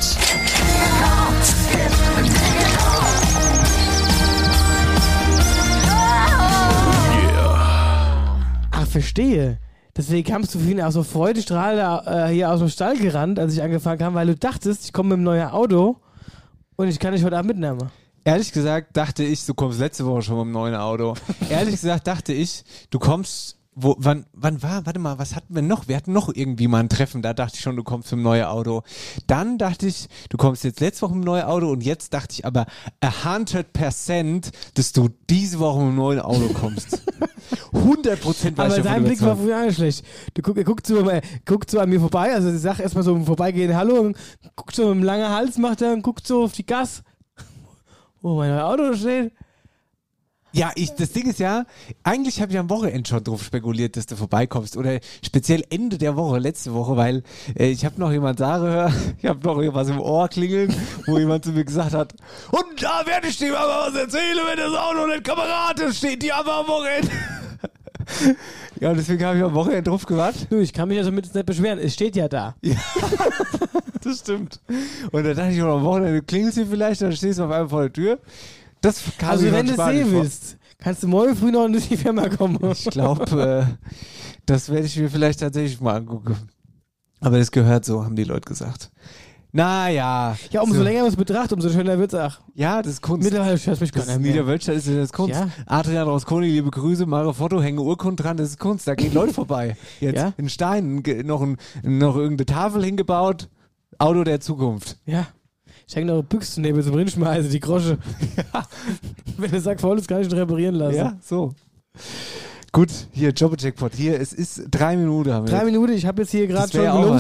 Ach, verstehe. Deswegen kamst du vorhin auch so freudestrahlend äh, hier aus dem Stall gerannt, als ich angefangen habe, weil du dachtest, ich komme mit einem neuen Auto und ich kann dich heute Abend mitnehmen. Ehrlich gesagt dachte ich, du kommst letzte Woche schon mit einem neuen Auto. Ehrlich gesagt dachte ich, du kommst... Wo, wann, wann war, warte mal, was hatten wir noch? Wir hatten noch irgendwie mal ein Treffen, da dachte ich schon, du kommst mit einem neuen Auto. Dann dachte ich, du kommst jetzt letzte Woche mit einem neuen Auto und jetzt dachte ich aber hundert Prozent, dass du diese Woche mit einem neuen Auto kommst. hundert Prozent war ich Aber davon sein Blick war überzeugt. früher auch nicht schlecht. Du guck, er guckt so, äh, guckt so an mir vorbei, also ich sag erstmal so im Vorbeigehen Hallo und guckt so mit einem langen Hals, macht er und guckt so auf die Gas. Wo mein neues Auto steht. Ja, ich, das Ding ist ja, eigentlich habe ich am Wochenende schon drauf spekuliert, dass du vorbeikommst oder speziell Ende der Woche, letzte Woche, weil äh, ich habe noch jemand sagen hören, ich habe noch irgendwas im Ohr klingeln, wo jemand zu mir gesagt hat, und da werde ich dir aber was erzählen, wenn das Auto nicht Kamerad ist, steht die aber am Wochenende. Ja, und deswegen habe ich am Wochenende drauf gewartet. Du, ich kann mich also mit jetzt nicht beschweren, es steht ja da. Ja, das stimmt. Und da dachte ich, am Wochenende klingelst du vielleicht, dann stehst du auf einmal vor der Tür. Das kam Also mir wenn du es spanisch sehen vor. willst, kannst du morgen früh noch in die Firma kommen. Ich glaube, äh, das werde ich mir vielleicht tatsächlich mal angucken. Aber das gehört so, haben die Leute gesagt. Naja. Ja, umso so. länger man es betrachtet, umso schöner wird es auch. Ja, das ist Kunst. Mittlerweile hört mich gar Das nicht ist mehr. Niederwölstadt ist das Kunst. Ja. Adrian Rosconi, liebe Grüße, mache Foto, hänge Urkunde dran, das ist Kunst. Da gehen Leute vorbei. Jetzt Ja. in Stein, ge- noch, ein, noch irgendeine Tafel hingebaut. Auto der Zukunft. Ja. Ich hänge noch Büchsen neben zum Rinschmeißen, die Grosche. Ja. Wenn der Sack voll ist, kann ich ihn reparieren lassen. Ja, so. Gut, hier, Jobbe-Jackpot. Hier, es ist drei Minuten. Haben wir Drei jetzt. Minuten, ich habe jetzt hier gerade Das wär schon ja auch gelumst.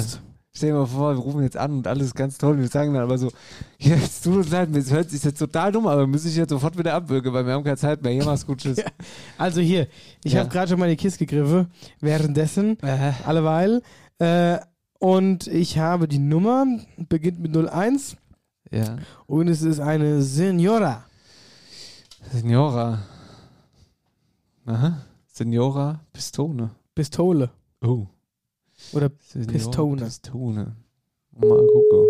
Stell dir mal vor, wir rufen jetzt an und alles ganz toll. Wir sagen dann aber so, ja, es tut uns leid, es hört sich jetzt total dumm, aber müssen ich jetzt sofort wieder abwürgen, weil wir haben keine Zeit mehr. Hier, mach's gut, tschüss. Ja. Also hier, ich Ja. habe gerade schon mal die Kiste gegriffen, währenddessen, Äh. alleweil. Äh, und ich habe die Nummer, beginnt mit null eins. Ja. Und es ist eine Senora. Senora. Aha. Senora Pistone. Pistole. Oh. Oder Senora Pistone. Pistone. Mal gucken.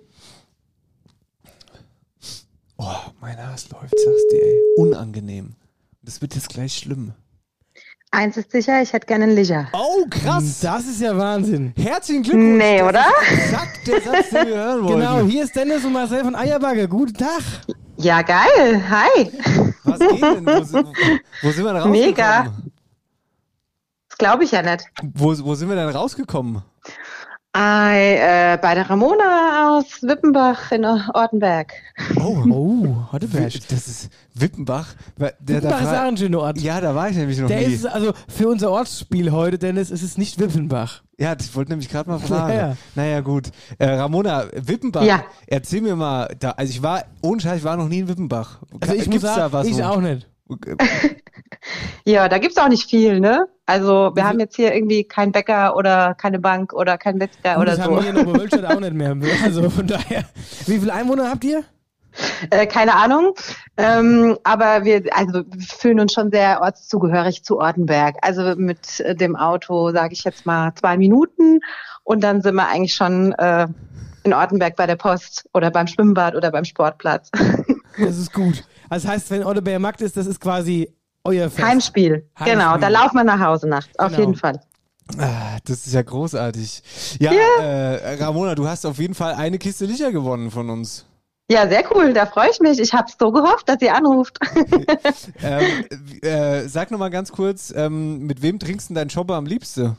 Oh, mein Herz läuft, sagst du, ey. Unangenehm. Das wird jetzt gleich schlimm. Eins ist sicher, ich hätte gerne einen Licher. Oh, krass. Das ist ja Wahnsinn. Herzlichen Glückwunsch. Nee, oder? Exakt der Satz, den wir hören wollten. Genau, hier ist Dennis und Marcel von Eierbagge. Guten Tag. Ja, geil. Hi. Was geht denn? Wo, sind- wo sind wir denn rausgekommen? Mega. Das glaube ich ja nicht. Wo, wo sind wir denn rausgekommen? Ei, äh, bei der Ramona aus Wippenbach in Ortenberg. Oh, oh, Hotteberg. Das ist Wippenbach. Der, Wippenbach ist auch ein schöner Ort. Ja, da war ich nämlich noch Der nie. ist also für unser Ortsspiel heute, Dennis, ist es nicht Wippenbach. Ja, ich wollte nämlich gerade mal fragen. Ja, ja. Naja, gut. Äh, Ramona, Wippenbach, Ja. erzähl mir mal, da, also ich war, ohne Scheiß, ich war noch nie in Wippenbach. Also ich muss Gibt's sagen, da was? ich wo- auch nicht. Ja, da gibt's auch nicht viel, ne? Also wir haben jetzt hier irgendwie keinen Bäcker oder keine Bank oder keinen Metzger Und oder das so. haben wir hier in Oberwölstadt auch nicht mehr. Also von daher. Wie viele Einwohner habt ihr? Äh, keine Ahnung. Ähm, aber wir, also wir fühlen uns schon sehr ortszugehörig zu Ortenberg. Also mit äh, dem Auto, sage ich jetzt mal, zwei Minuten und dann sind wir eigentlich schon äh, in Ortenberg bei der Post oder beim Schwimmbad oder beim Sportplatz. Das ist gut. Also das heißt, wenn Ortenberger Markt ist, das ist quasi euer Fest. Heimspiel. Heimspiel. Genau, da laufen wir nach Hause nachts, auf Genau. jeden Fall. Ah, das ist ja großartig. Ja, Ja. Äh, Ramona, du hast auf jeden Fall eine Kiste Licher gewonnen von uns. Ja, sehr cool, da freue ich mich. Ich habe so gehofft, dass ihr anruft. ähm, äh, sag noch mal ganz kurz, ähm, mit wem trinkst du deinen Shopper am liebsten?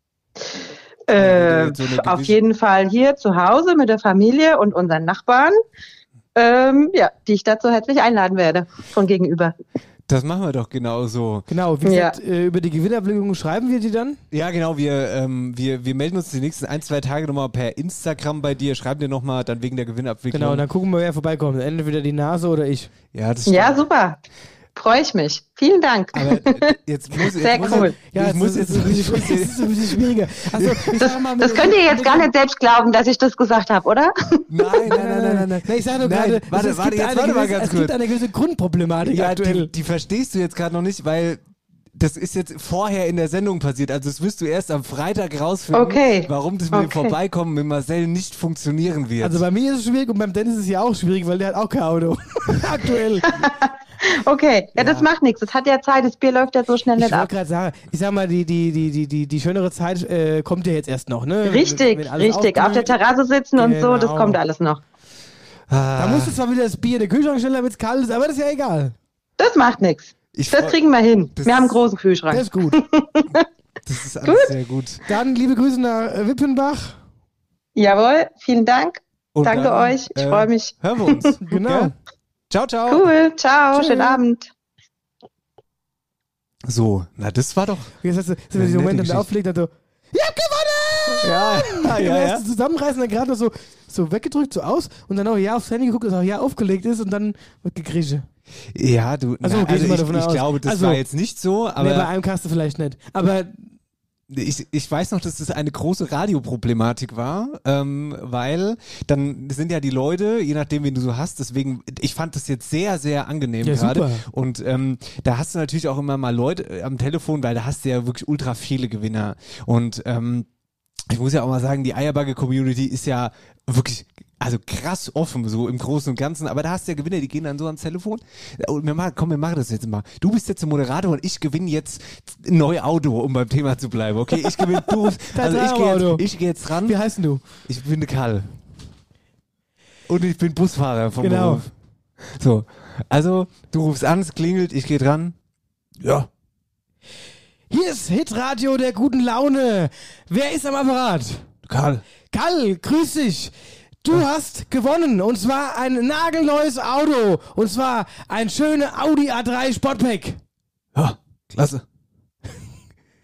Äh, so eine auf gewisse- jeden Fall hier zu Hause mit der Familie und unseren Nachbarn, ähm, ja, die ich dazu herzlich einladen werde von gegenüber. Das machen wir doch genauso. Genau, wie Ja. gesagt, äh, über die Gewinnerblickung schreiben wir die dann? Ja, genau, wir, ähm, wir, wir melden uns die nächsten ein, zwei Tage nochmal per Instagram bei dir, schreiben dir nochmal dann wegen der Gewinnabwicklung. Genau, und dann gucken wir, wer vorbeikommt. Entweder die Nase oder ich. Ja, das Ja, super. Freue ich mich. Vielen Dank. Aber äh, jetzt muss, jetzt Sehr muss cool. ich, ich muss jetzt, ist, das ist ein bisschen schwieriger. Also, ich Das, sag mal, das könnt ihr jetzt gar nicht selbst glauben, dass ich das gesagt habe, oder? Nein, nein, nein, nein, nein, nein. Nee, ich sage nur Nein, gerade, warte, es, warte, gibt jetzt eine warte mal gewisse, ganz es kurz. gibt eine gewisse Grundproblematik Ja, aktuell. die, die verstehst du jetzt gerade noch nicht, weil das ist jetzt vorher in der Sendung passiert. Also das wirst du erst am Freitag rausfinden, Okay. warum das mit dem Okay. Vorbeikommen mit Marcel nicht funktionieren wird. Also bei mir ist es schwierig und beim Dennis ist es ja auch schwierig, weil der hat auch kein Auto. Aktuell. Okay, ja, das macht nichts. Das hat ja Zeit, das Bier läuft ja so schnell Ich nicht wollte ab. gerade sagen, ich sag mal, die, die, die, die, die, die schönere Zeit äh, kommt ja jetzt erst noch, ne? Richtig, Wenn alles richtig. Auf der aufgewühlt- Terrasse sitzen und so, das Genau. kommt alles noch. Da musst du zwar wieder das Bier in den Kühlschrank stellen, damit es kalt ist, aber das ist ja egal. Das macht nichts. Ich Das freu- kriegen wir hin. Das Wir haben einen ist- großen Kühlschrank. Das ist gut. Das ist alles sehr gut. Dann liebe Grüße nach äh, Wippenbach. Jawohl, vielen Dank. Und Danke dann, euch. Ich äh, freue mich. Hören wir uns. Genau. Gell? Ciao, ciao. Cool. Ciao. Tschüss. Schönen Abend. So, na das war doch. Jetzt hast du, sind wir Eine diesen Moment, nette dann aufgelegt, dann so, ich hab gewonnen! Ja, ja, ja. ja, ja. Zusammenreißen, dann gerade noch so, so weggedrückt, so aus und dann auch ja aufs Handy geguckt, dass auch ja aufgelegt ist und dann wird gegrieche. Ja, du, Also, na, geh ich also mal ich, davon ich aus. glaube, das Also, war jetzt nicht so, aber Nee, bei einem Kasten vielleicht nicht. Aber ich, ich weiß noch, dass das eine große Radioproblematik war, ähm, weil dann sind ja die Leute, je nachdem, wen du so hast, deswegen, ich fand das jetzt sehr, sehr angenehm Ja, gerade. super. Und ähm, da hast du natürlich auch immer mal Leute äh, am Telefon, weil da hast du ja wirklich ultra viele Gewinner. Und ähm, ich muss ja auch mal sagen, die Eierbagge-Community ist ja wirklich also krass offen, so im Großen und Ganzen, aber da hast du ja Gewinner, die gehen dann so ans Telefon und wir machen, komm, wir machen das jetzt mal. Du bist jetzt der Moderator und ich gewinne jetzt ein neues Auto, um beim Thema zu bleiben, okay? Ich gewinne, du, also ich gehe Traumauto. jetzt, ich gehe jetzt ran. wie heißt denn du? Ich bin der Karl. Und ich bin Busfahrer vom Genau. Beruf. So, also du rufst an, es klingelt, ich gehe dran. Ja. Hier ist Hitradio der guten Laune. Wer ist am Apparat? Karl. Karl, grüß dich. Du hast gewonnen und zwar ein nagelneues Auto und zwar ein schöner Audi A drei Sportback. Ja, klasse.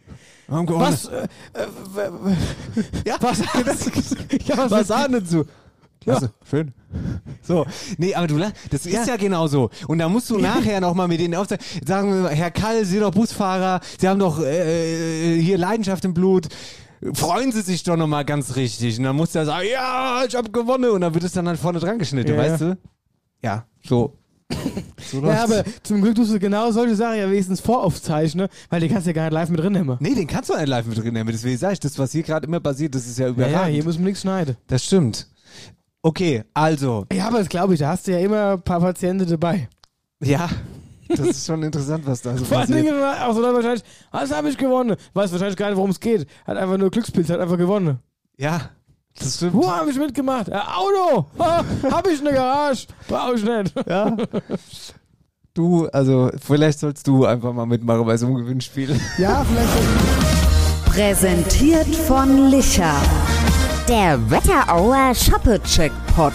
haben gewonnen. Was? Äh, äh, ja, was? ja, was, was sagen dazu? Ja. Also, schön. So, nee, aber du, das ist ja, ja genau so. Und da musst du nachher nochmal mit denen aufzeigen, sagen wir, Herr Kall, Sie sind doch Busfahrer, Sie haben doch äh, hier Leidenschaft im Blut. Freuen Sie sich doch nochmal ganz richtig. Und dann musst du ja sagen, ja, ich hab gewonnen. Und dann wird es dann halt vorne dran geschnitten, ja, weißt ja. du? Ja, so. so ja, aber zum Glück tust du genau solche Sachen ja wenigstens voraufzeichnen, weil die kannst du ja gar nicht live mit drin nehmen. Nee, den kannst du nicht live mit drin nehmen. Deswegen sag ich, das, was hier gerade immer passiert, das ist ja überragend. Ja, ja, hier müssen wir nichts schneiden. Das stimmt. Okay, also. Ja, aber das glaube ich, da hast du ja immer ein paar Patienten dabei. Ja, das ist schon interessant, was da so Vor allen passiert. Dingen auch so dann wahrscheinlich, was habe ich gewonnen? Weiß wahrscheinlich gar nicht, worum es geht. Hat einfach nur Glückspilz, hat einfach gewonnen. Ja, das stimmt. Wo habe ich mitgemacht? Ja, Auto! Ha, hab ich eine Garage? Brauch ich nicht. Ja. Du, also, vielleicht sollst du einfach mal mitmachen bei so einem Gewinnspiel. Ja, vielleicht. Präsentiert von Licher. Der Wetterauer Shoppe-Checkpot.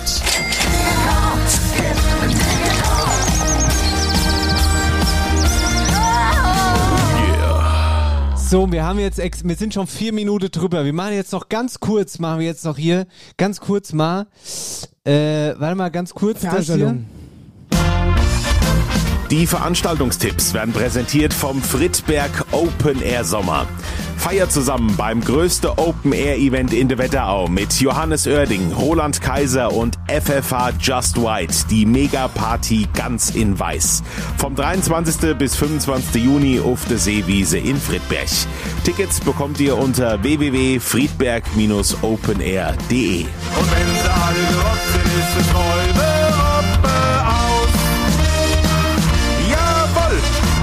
So, wir haben jetzt, ex- wir sind schon vier Minuten drüber. Wir machen jetzt noch ganz kurz, machen wir jetzt noch hier, ganz kurz mal, äh, warte mal, ganz kurz, das hier. Die Veranstaltungstipps werden präsentiert vom Friedberg Open Air Sommer. Feiert zusammen beim größten Open Air Event in der Wetterau mit Johannes Oerding, Roland Kaiser und F F H Just White, die Mega-Party ganz in weiß. Vom dreiundzwanzigsten bis fünfundzwanzigsten Juni auf der Seewiese in Friedberg. Tickets bekommt ihr unter w w w punkt friedberg Bindestrich open air punkt de. Und wenn sie alle gerockt sind, ist es Räume Hoppe aus. Jawohl!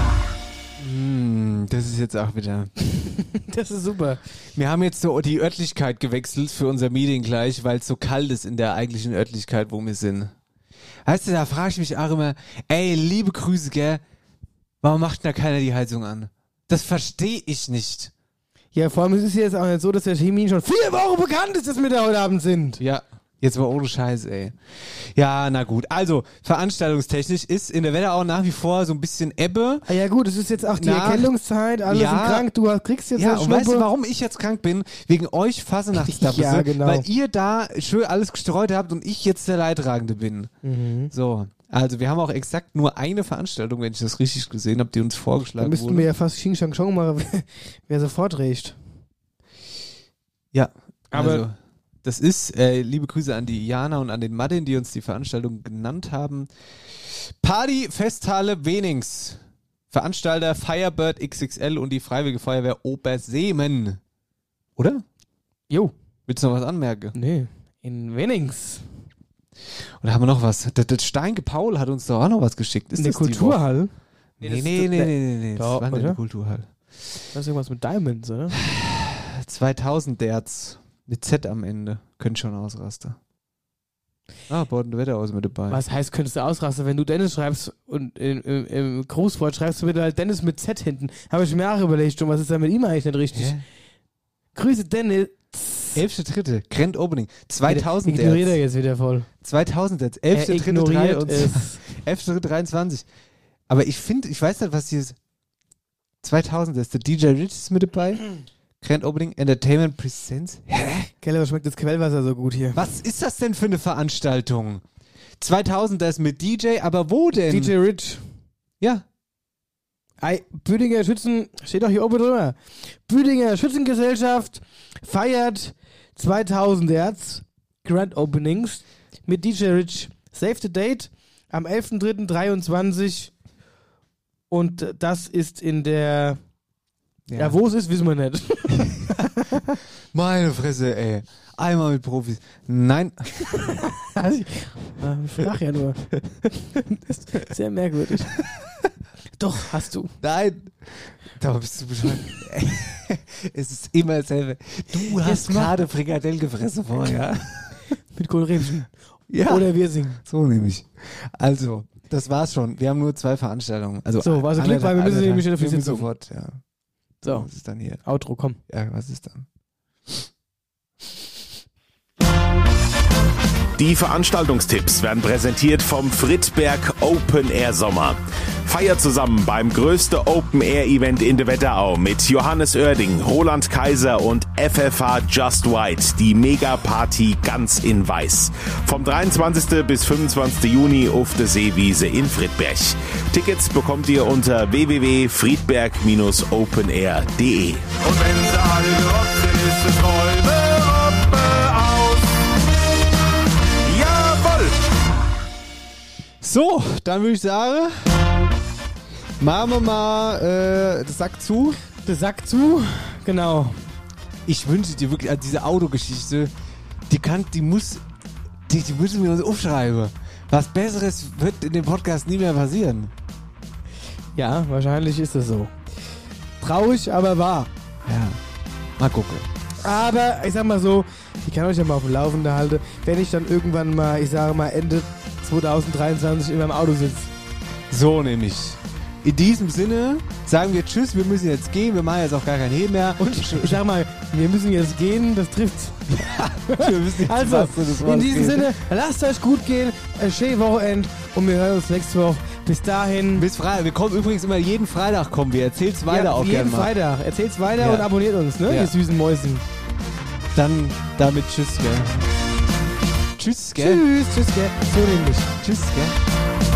Hm, das ist jetzt auch wieder... Das ist super. Wir haben jetzt so die Örtlichkeit gewechselt für unser Meeting gleich, weil es so kalt ist in der eigentlichen Örtlichkeit, wo wir sind. Weißt du, da frage ich mich auch immer, ey, liebe Grüße, gell, warum macht da keiner die Heizung an? Das verstehe ich nicht. Ja, vor allem ist es jetzt auch nicht so, dass der Termin schon vier Wochen bekannt ist, dass wir da heute Abend sind. Ja. Jetzt mal ohne Scheiß, ey. Ja, na gut. Also, veranstaltungstechnisch ist in der Wetterau nach wie vor so ein bisschen Ebbe. Ah ja gut, es ist jetzt auch die Nach- Erkältungszeit, alle Ja. sind krank, du kriegst jetzt Ja, eine und Schnuppe. weißt du, warum ich jetzt krank bin? Wegen euch Fasernachtsdabbese. Ja, genau. Weil ihr da schön alles gestreut habt und ich jetzt der Leidtragende bin. Mhm. So. Also, wir haben auch exakt nur eine Veranstaltung, wenn ich das richtig gesehen habe, die uns vorgeschlagen Dann müssten wurde. wir ja fast Xing Shang Chong machen, wer- wer so vorträgt. Ja, Aber- also, das ist, äh, liebe Grüße an die Jana und an den Martin, die uns die Veranstaltung genannt haben. Party Festhalle Wenings. Veranstalter Firebird X X L und die Freiwillige Feuerwehr Oberseemen. Oder? Jo. Willst du noch was anmerken? Nee, in Wenings. Oder haben wir noch was? Das, das Steinke Paul hat uns doch auch noch was geschickt. Ist In der das die Kulturhalle? Woche? Nee, nee, nee, nee, nee, nee. Ja, Das war in der oder? Kulturhalle. Das ist irgendwas mit Diamonds, oder? zweitausend Derz. Mit Z am Ende. Könnte schon ausrasten. Ah, Borden Wetter aus mit dabei. Was heißt, könntest du ausrasten, wenn du Dennis schreibst und im, im, im Grußwort schreibst du bitte halt Dennis mit Z hinten. Habe ich mir auch überlegt, und was ist da mit ihm eigentlich nicht richtig? Hä? Grüße Dennis. elfter dritte Grand Opening. zweitausend Ignoriert er Derz. jetzt wieder voll. zweitausend Derz. elfter Er dritte ignoriert es. elfter dritte dreiundzwanzig. Aber ich finde, ich weiß nicht, was hier ist. zweitausend ist der D J Rich ist mit dabei. Grand Opening Entertainment Presents. Hä? Keller, schmeckt das Quellwasser so gut hier. Was ist das denn für eine Veranstaltung? zweitausend ist mit D J, aber wo denn? D J Rich. Ja. Ei, Büdinger Schützen, steht doch hier oben drüber. Büdinger Schützengesellschaft feiert zweitausend Erz Grand Openings mit D J Rich. Save the date am elfter dritter dreiundzwanzig und das ist in der ja, Ja. wo es ist, wissen wir nicht. Meine Fresse, ey. Einmal mit Profis. Nein. Also ich äh, frag ja nur. Das ist sehr merkwürdig. Doch, hast du. Nein. Da bist du bescheuert. Es ist immer dasselbe. Du hast Jetzt mach- gerade Frikadell gefressen vorher. Mit Kohlräbchen. Ja. Oder wir singen. So nämlich. Also, das war's schon. Wir haben nur zwei Veranstaltungen. Also So, war so Glück, weil wir müssen nämlich in der wir müssen Sitzung. sofort, ja. So. Was ist dann hier? Outro, komm. Ja, was ist dann? Die Veranstaltungstipps werden präsentiert vom Friedberg Open Air Sommer. Feiert zusammen beim größten Open-Air-Event in der Wetterau mit Johannes Oerding, Roland Kaiser und F F H Just White, die Mega-Party ganz in weiß. Vom dreiundzwanzigsten bis fünfundzwanzigsten Juni auf der Seewiese in Friedberg. Tickets bekommt ihr unter w w w punkt friedberg Bindestrich open air punkt d e. Und wenn sie alle gerockt sind, ist es Räume, Robbe aus. Jawohl! So, dann würde ich sagen, machen wir mal äh, das Sack zu. Das Sack zu, genau. Ich wünsche dir wirklich, also diese Autogeschichte, die kann, die muss, die, die müssen wir uns aufschreiben. Was Besseres wird in dem Podcast nie mehr passieren. Ja, wahrscheinlich ist es so. Traurig, aber wahr. Ja, mal gucken. Aber ich sag mal so, ich kann euch ja mal auf dem Laufenden halten, wenn ich dann irgendwann mal, ich sage mal Ende zwanzig dreiundzwanzig in meinem Auto sitze. So nämlich. In diesem Sinne sagen wir Tschüss, wir müssen jetzt gehen, wir machen jetzt auch gar kein Hehl mehr. Und ich sag mal, wir müssen jetzt gehen, das trifft's. Wir müssen jetzt also, was, das in diesem gehen. Sinne, lasst euch gut gehen, ein schönes Wochenende und wir hören uns nächste Woche. Bis dahin. Bis Freitag. Wir kommen übrigens immer jeden Freitag kommen wir. Erzählt's weiter ja, auch gerne mal. Jeden Freitag. Erzählt's weiter Ja. und abonniert uns, ne, Ja. ihr süßen Mäusen. Dann damit Tschüss, gell. Tschüss, gell. Tschüss, tschüss, gell. So nämlich. Tschüss, gell.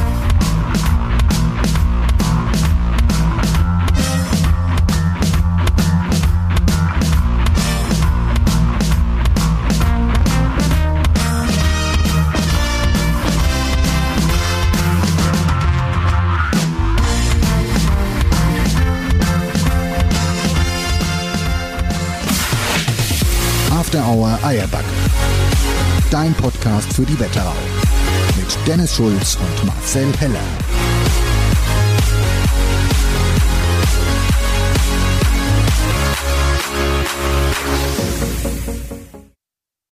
After Hour Eierbacke. Dein Podcast für die Wetterau. Mit Dennis Schulz und Marcel Heller.